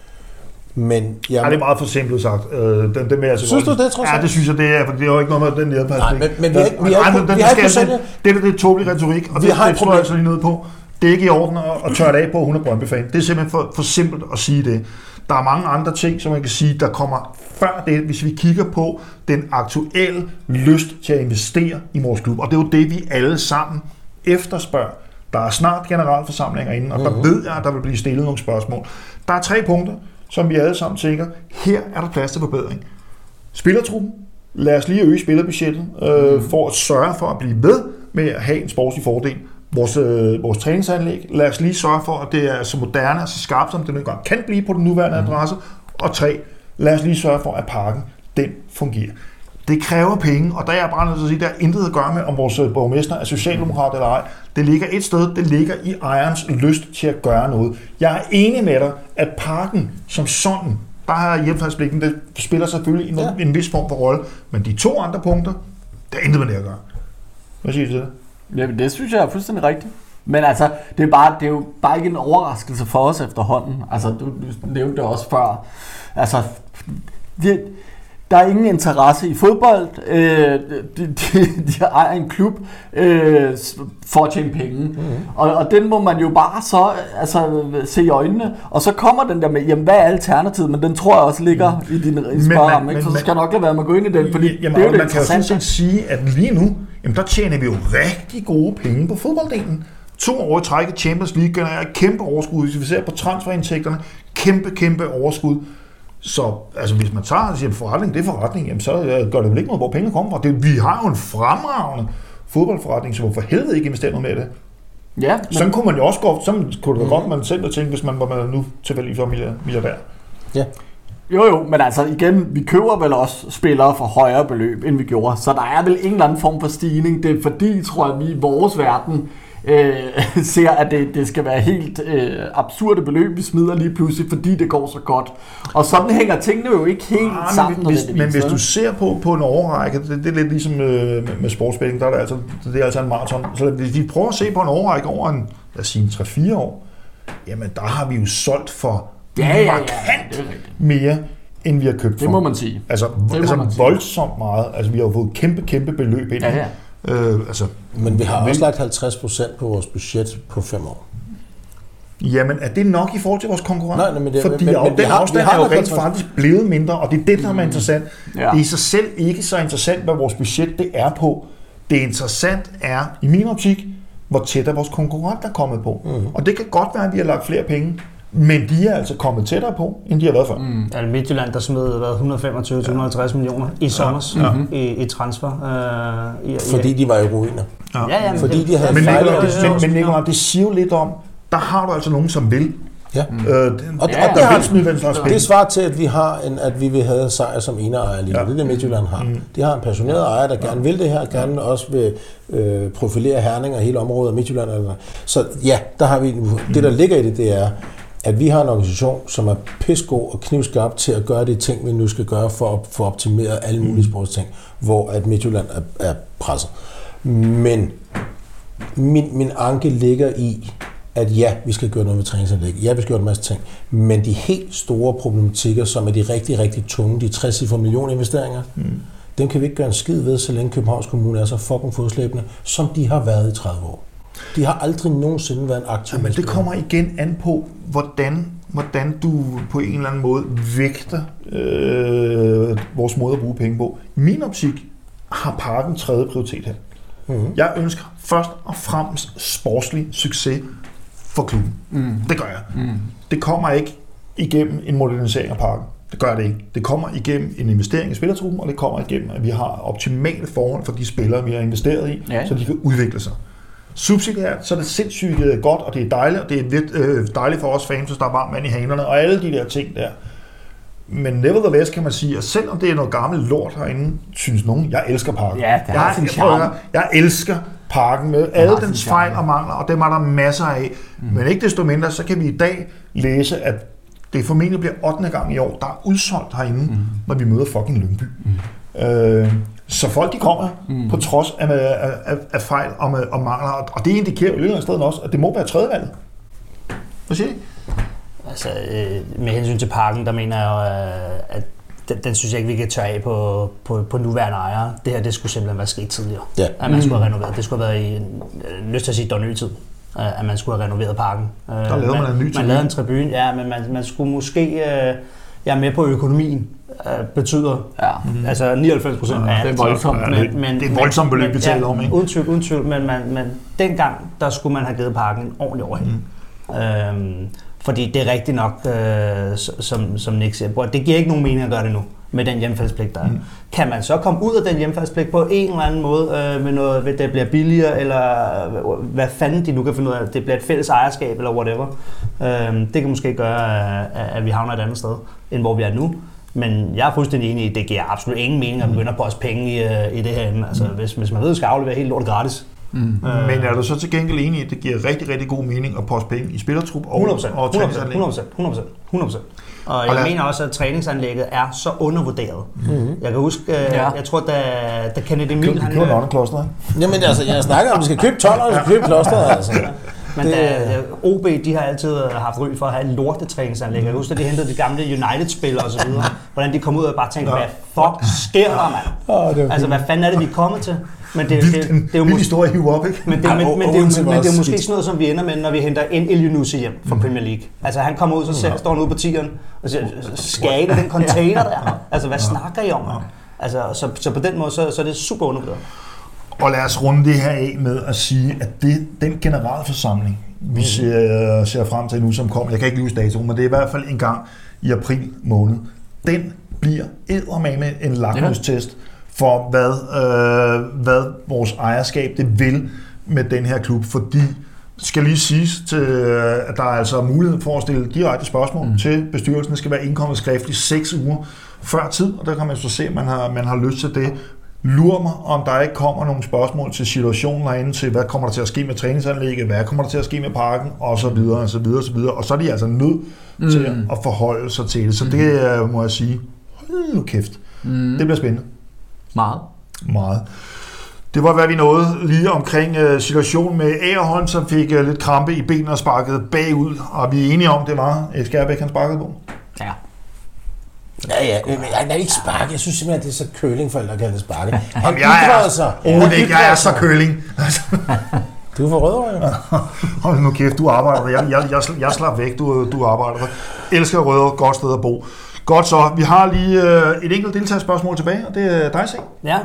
Men det er meget for simpelt sagt. Det med, altså, synes du det, trods alt? Ja, det synes jeg, det er, for det er jo ikke noget med den der perspektiv. Nej, men vi har ikke sælge. Det er tåbelig retorik, og det tror jeg altså lige ned på. Det er ikke i orden at tørre af på, at hun er Brøndby-fan. Det er simpelthen for simpelt at sige det. Der er mange andre ting, som man kan sige, der kommer før det, hvis vi kigger på den aktuelle lyst til at investere i vores klub. Og det er jo det, vi alle sammen efterspørger. Der er snart generalforsamlinger inden, og der ved jeg, at der vil blive stillet nogle spørgsmål. Der er 3 punkter, som vi alle sammen tænker, her er der plads til forbedring. Spillertruppen, lad os lige øge spillerbudgettet, for at sørge for at blive ved med at have en sportslig fordel. Vores træningsanlæg, lad os lige sørge for, at det er så moderne og så skarpt, som det nogle gange kan blive på den nuværende adresse. Og 3, lad os lige sørge for, at parken, den fungerer. Det kræver penge, og der er jeg bare nødt til at sige, at der er intet at gøre med, om vores borgmester er socialdemokrat eller ej. Det ligger et sted, det ligger i ejerens lyst til at gøre noget. Jeg er enig med dig, at parken som sådan, der har hjemfaldspligten, det spiller selvfølgelig en vis form for rolle, men de 2 andre punkter, Det er intet med det at gøre. Hvad siger du til det? Jamen, det synes jeg er fuldstændig rigtigt. Men altså, det er jo bare ikke en overraskelse for os efterhånden. Altså, du nævnte det også før. Altså, der er ingen interesse i fodbold. De ejer en klub for at tjene penge. Og den må man jo bare så se i øjnene. Og så kommer den der med, jamen hvad er alternativet? Men den tror jeg også ligger i din spørgsmål. Så skal jeg nok lade være med at gå ind i den, fordi jamen, det er jo det man kan jo interessante. sådan sige, at lige nu, jamen, der tjener vi jo rigtig gode penge på fodbolddelen. 2 år i træk i Champions League er et kæmpe overskud. Hvis vi ser på transferindtægterne, kæmpe overskud. Så altså, hvis man tager og siger, forretning, det er forretning, jamen, så gør det vel ikke noget, hvor pengene kommer fra. Vi har jo en fremragende fodboldforretning, så hvorfor helvede ikke investere noget med det? Ja, Sådan kunne man jo også gå, sådan kunne det godt, man selv tænke, hvis man var nu tilfældig for milliardær. Ja. Jo, men altså igen, vi køber vel også spillere for højere beløb, end vi gjorde. Så der er vel en eller anden form for stigning. Det er fordi, tror jeg, vi i vores verden ser, at det skal være helt absurde beløb, vi smider lige pludselig, fordi det går så godt. Og sådan hænger tingene jo ikke helt sammen. Men hvis du ser på en årrække, det er lidt ligesom med sportsspilling, der er det er altså en maraton. Så hvis vi prøver at se på en årrække over en, lad os sige 3-4 år, jamen der har vi jo solgt for markant mere, end vi har købt for. Det må man sige. Altså voldsomt meget. Altså vi har jo fået kæmpe beløb ind. Ja. Men vi har også lagt 50% på vores budget på 5 år. Jamen, er det nok i forhold til vores konkurrenter? Nej, men det, fordi men den afstand er jo rent 50%. faktisk blevet mindre, og det er det, der er interessant. Ja. Det er i sig selv ikke så interessant, hvad vores budget det er på. Det interessant er, i min optik, hvor tæt er vores konkurrenter kommet på. Og det kan godt være, at vi har lagt flere penge, men de er altså kommet tættere på, end de har været før. Altså Midtjylland, der smed 125-150 millioner i sommers i transfer. Fordi de var i ruiner. Ja, fordi de havde Men Nicolai, det siger jo lidt om, der har du altså nogen, som vil. Ja. Og det svarer til, at vi har at vi vil have sejr som enerejer lige. Det er det, Midtjylland har. De har en passioneret ejer, der gerne vil det her, gerne også vil profilere Herning og hele området af Midtjylland. Så ja, der har vi det, der ligger i det er, at vi har en organisation, som er pissegod og knivskarp til at gøre de ting, vi nu skal gøre for at få optimeret alle mulige sportsting, hvor at Midtjylland er presset. Men min anke ligger i, at ja, vi skal gøre noget ved træningsanlæg. Ja, vi skal gøre en masse ting. Men de helt store problematikker, som er de rigtig tunge, de 60 millioner investeringer, dem kan vi ikke gøre en skid ved, så længe Københavns Kommune er så fucking fodslæbende, som de har været i 30 år. De har aldrig nogensinde været en aktiv. Men det kommer igen an på, hvordan du på en eller anden måde vægter vores måde at bruge penge på. I min optik har parken tredje prioritet her. Jeg ønsker først og fremmest sportslig succes for klubben. Det gør jeg. Det kommer ikke igennem en modernisering af parken. Det gør det ikke. Det kommer igennem en investering i spillertruppen, og det kommer igennem, at vi har optimale forhold for de spillere, vi har investeret i, så de kan udvikle sig. Subsidiært, så er det sindssygt godt, og det er dejligt, og det er dejligt for os fans, hvis der er varmt vand i hanerne, og alle de der ting der. Men nevertheless kan man sige, at selvom det er noget gammelt lort herinde, synes nogen, jeg elsker parken. Ja, det har sin charme. Jeg elsker parken med alle dens fejl og mangler, og dem er der masser af. Men ikke desto mindre, så kan vi i dag læse, at det formentlig bliver 8. gang i år, der er udsolgt herinde, når vi møder fucking Lyngby. Så folk de kommer på trods af fejl og mangler, og det indikerer jo et eller andet sted også, at det må være tredjevalget. Hvad siger I? Altså, med hensyn til parken, der mener jeg jo, at den synes jeg ikke, vi kan tørre af på nuværende ejere. Det her, det skulle simpelthen være sket tidligere. Ja. At man skulle have renoveret. Det skulle have været i lyst til at sige Don-Ø-tid, at man skulle have renoveret parken. Der lavede man en ny tribune. Man lavede en tribune, ja, men man skulle måske... Jeg er med på økonomien, betyder altså 99% af alt. Det er voldsomt. Det er et voldsomt beløb, vi taler om, ikke? Uden tvivl, men dengang, der skulle man have givet parken en ordentlig overhæng. Fordi det er rigtigt nok, som Nick siger, det giver ikke nogen mening at gøre det nu, med den hjemfaldspligt, der er. Kan man så komme ud af den hjemfaldspligt på en eller anden måde, med noget, det bliver billigere, eller hvad fanden de nu kan finde ud af, det bliver et fælles ejerskab, eller whatever. Det kan måske gøre, at vi havner et andet sted, end hvor vi er nu. Men jeg er fuldstændig enig i, at det giver absolut ingen mening at begynde at poste penge i det her ende. Altså, hvis man ved, at skal aflevere helt lort gratis, Men er du så til gengæld enig i, at det giver rigtig, rigtig god mening at poste penge i spillertrup og 100%. Og jeg mener også, at træningsanlægget er så undervurderet. Jeg kan huske, jeg tror, da Kennedy Emil... Han køber Nonne-kloster, ikke? Jamen altså, jeg snakker om, at vi skal købe 12, og vi skal købe klosteret, altså. Men OB, de har altid haft ry for at have lortetræningsanlæg. Jeg husker, at de hentede de gamle United-spillere og så videre. Hvordan de kom ud og bare tænkte, hvad fuck sker der, mand? Altså, hvad fanden er det, vi er kommet til? Men det er jo historie at hive op, ikke? Men det er måske sådan noget, som vi ender med, når vi henter en El Yunusi hjem fra Premier League. Altså, han kommer ud, så selv står han ude på tieren og siger, skal I den container der? Altså, hvad snakker I om? Altså, så på den måde, så er det super undervurderet. Og lad os runde det her af med at sige, at den generalforsamling, vi ser frem til nu, som kommer, jeg kan ikke huske datoen, men det er i hvert fald en gang i april måned, den bliver eddermame en lakmustest for, hvad vores ejerskab det vil med den her klub, fordi skal lige siges, at der er altså mulighed for at stille direkte spørgsmål til bestyrelsen. Det skal være indkommet skriftligt 6 uger før tid, og der kan man så se, at man har lyst til det. Lurer mig, om der ikke kommer nogle spørgsmål til situationen herinde, til hvad kommer der til at ske med træningsanlægget, hvad kommer der til at ske med parken, og så videre, og så videre, og så videre. Og så er de altså nødt til at forholde sig til det. Så det må jeg sige, hold nu kæft. Det bliver spændende. Meget. Det var, hvad vi nåede lige omkring situationen med Agerholm, som fik lidt krampe i benene og sparkede bagud. Og vi er enige om, det var Skærbæk, han sparkede på. Ja. Ja, men jeg er ikke sparke. Jeg synes simpelthen, at det er så køling, forældre kalder det sparke. Han ytrede sig. Jeg er så køling. Du er for Rødovre, jo. Hold nu kæft, du arbejder. Jeg slap væk, du arbejder. Elsker Rødovre, godt sted at bo. Godt så, vi har lige et enkelt deltagerspørgsmål tilbage, og det er dig, Seng. Ja.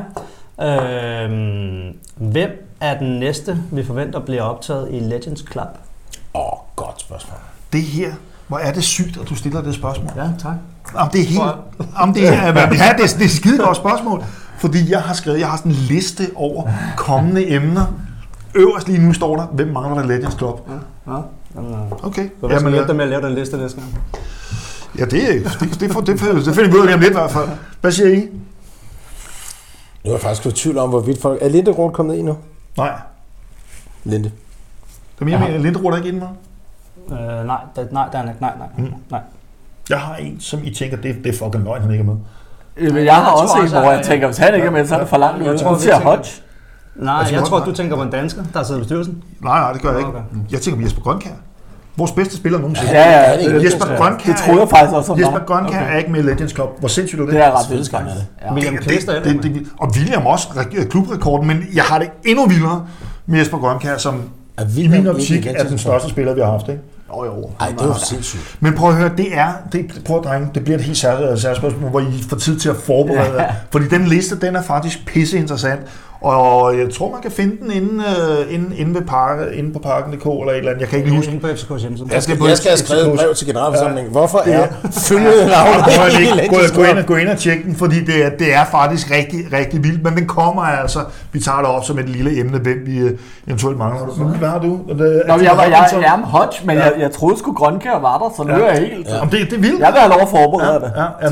Hvem er den næste, vi forventer bliver optaget i Legends Club? Godt spørgsmål. Det her, hvor er det sygt, at du stiller det spørgsmål. Ja, tak. Det er helt... det er et skide godt spørgsmål, fordi jeg har sådan en liste over kommende emner. Øverst lige nu står der, hvem mangler der Legends Club? Ja. Okay. Så hvad skal vi hjælpe dig med at lave den liste næste gang? Ja, det finder vi ud af om lidt i hvert fald. Hvad siger I? Nu er jeg faktisk i tvivl om, hvorvidt folk... Er Linderoth kommet ind nu? Nej. Linde. Det er Linderoth ikke inde med? Nej, der er han ikke. Nej. Jeg har en, som I tænker, det er fucking løgn, han ikke er med. Men jeg har også en, hvor jeg tænker, hvis han ikke er med, så er det for langt. Jeg tror, vi siger Hodge. Nej, jeg tror, du tænker på en dansker, der sidder i bestyrelsen. Nej, det gør jeg ikke. Jeg tænker på Jesper Grønkjær. Vores bedste spiller nogensinde. Ja, Jesper Grønkjær. Det troede jeg faktisk også. Jesper Grønkjær er ikke med i Legends Club. Hvor sindssygt er det? Det er ret vildt. William Kvist er det. Og William også, klubrekorden, men jeg har det endnu vildere med Jesper Grønkjær, som i min optik er den største spiller, vi har haft, ikke? Ej, det var sindssygt. Men prøv at høre, det bliver et helt særligt spørgsmål, hvor I får tid til at forberede jer. Fordi den liste, den er faktisk pisse interessant. Og jeg tror, man kan finde den inde på parken.dk eller et eller andet. Jeg kan ikke huske. Inde på FCK's hjemmeside. Jeg skal have skrevet et brev til generalforsamlingen. Hvorfor er følgenavnet? Gå ind og tjekke den, fordi det er faktisk rigtig, rigtig vildt. Men den kommer altså. Vi tager det op som et lille emne, hvem vi eventuelt mangler. Hvad har du? Jeg er Hodge, men jeg troede sgu Grønkjær var der, så nu er jeg helt... Det er vildt. Jeg vil have lov at forberede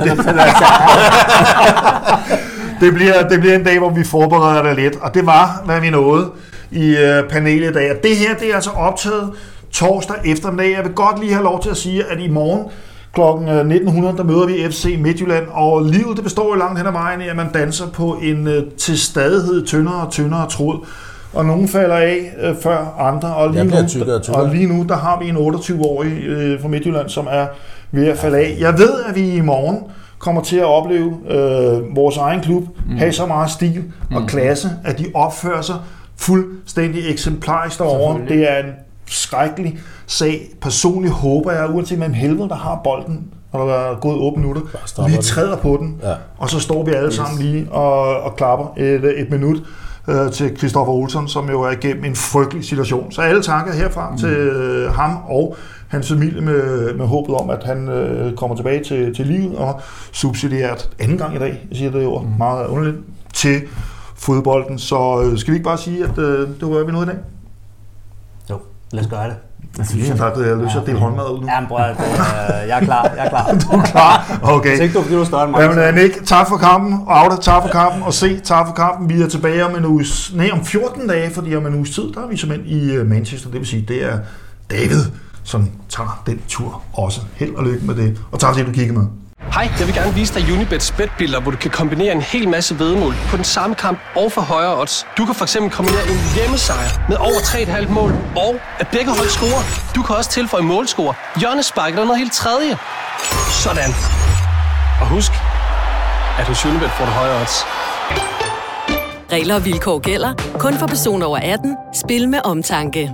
det. Det bliver en dag, hvor vi forbereder det lidt, og det var, hvad vi nåede i panelet i dag. Og det her, det er altså optaget torsdag eftermiddag. Jeg vil godt lige have lov til at sige, at i morgen kl. 1900, der møder vi FC Midtjylland, og livet det består i langt hen ad vejen i, at man danser på en til stadighed tyndere og tyndere tråd. Og nogen falder af før andre, og lige nu, der har vi en 28-årig fra Midtjylland, som er ved at falde af. Jeg ved, at vi i morgen kommer til at opleve vores egen klub have så meget stil og klasse, at de opfører sig fuldstændig eksemplarisk derovre. Det er en skrækkelig sag. Personligt håber jeg, uanset mellem helvede, der har bolden, og der er gået 8 minutter, lige træder på den, og så står vi alle sammen lige og klapper et minut til Christoffer Olsson, som jo er igennem en frygtelig situation. Så alle tanker herfra til ham og hans familie med håbet om, at han kommer tilbage til livet og subsidiært anden gang i dag, jeg siger det jo meget underligt, til fodbolden. Så skal vi ikke bare sige, at det var vi noget i dag? Jo, lad os gøre det. Jeg synes, jeg har lyst til at dele håndmad ud nu. Jamen bror, jeg er klar. Du er klar? Okay. Hvis ikke du, fordi du er større end mig. Jamen Nick, tak for kampen. Auda, tak for kampen. Og C, tak for kampen. Vi er tilbage om 14 dage, fordi om en uges tid, der er vi simpelthen i Manchester. Det vil sige, det er David, som tager den tur også. Held og lykke med det. Og tak fordi du kiggede med. Hej, jeg vil gerne vise dig Unibets betbilleder, hvor du kan kombinere en hel masse væddemål på den samme kamp og for højere odds. Du kan fx kombinere en hjemmesejr med over 3,5 mål, og at begge hold scorer. Du kan også tilføje målscore, hjørnespark eller noget helt tredje. Sådan. Og husk, at hos Unibet får du højere odds. Regler og vilkår gælder. Kun for personer over 18. Spil med omtanke.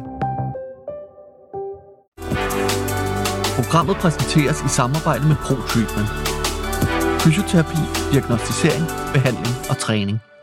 Programmet præsenteres i samarbejde med ProTreatment. Fysioterapi, diagnosticering, behandling og træning.